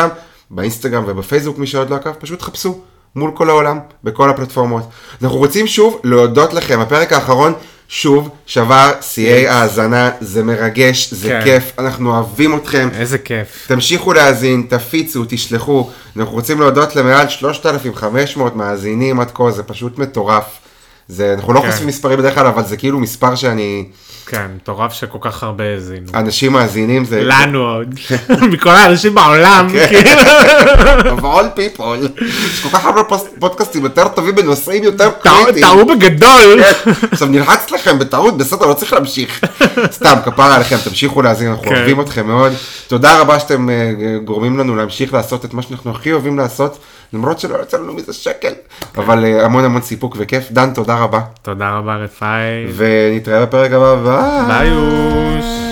באינסטגרם ובפייסבוק, מי שעוד לא עקב, פשוט חפשו מול כל העולם, בכל הפלטפורמות. אנחנו רוצים שוב להודות לכם, הפרק האחרון שוב שבר שיאי האזנה, זה מרגש, זה כן. כיף, אנחנו אוהבים אתכם. איזה כיף. תמשיכו להאזין, תפיצו, תשלחו. אנחנו רוצים להודות למעל שלושת אלפים וחמש מאות מאזינים עד כה, זה פשוט מטורף. זה, אנחנו לא כן. חושפים מספרים בדרך כלל, אבל זה כאילו מספר שאני... כן, מטורף שכל כך הרבה האזינו. אנשים מאזינים זה... לנו עוד. מכל האנשים בעולם. כאילו. of all people. יש כל כך הרבה פודקאסטים יותר טובים בנושאים יותר טעו- קריטיים. טעו בגדול. עכשיו נלחץ לכם בטעות, בסדר, לא צריך להמשיך. סתם, כפרה עליכם, תמשיכו להאזין, אנחנו כן. אוהבים אתכם מאוד. תודה רבה שאתם אה, גורמים לנו להמשיך לעשות את מה שאנחנו הכי אוהבים לעשות, למרות שלא יוצא לנו מזה שקל, אבל אה, המון המון סיפוק וכיף. דן, תודה רבה. תודה רבה רפאי. ונתראה בפרק הבא, ביי. ביי יוש.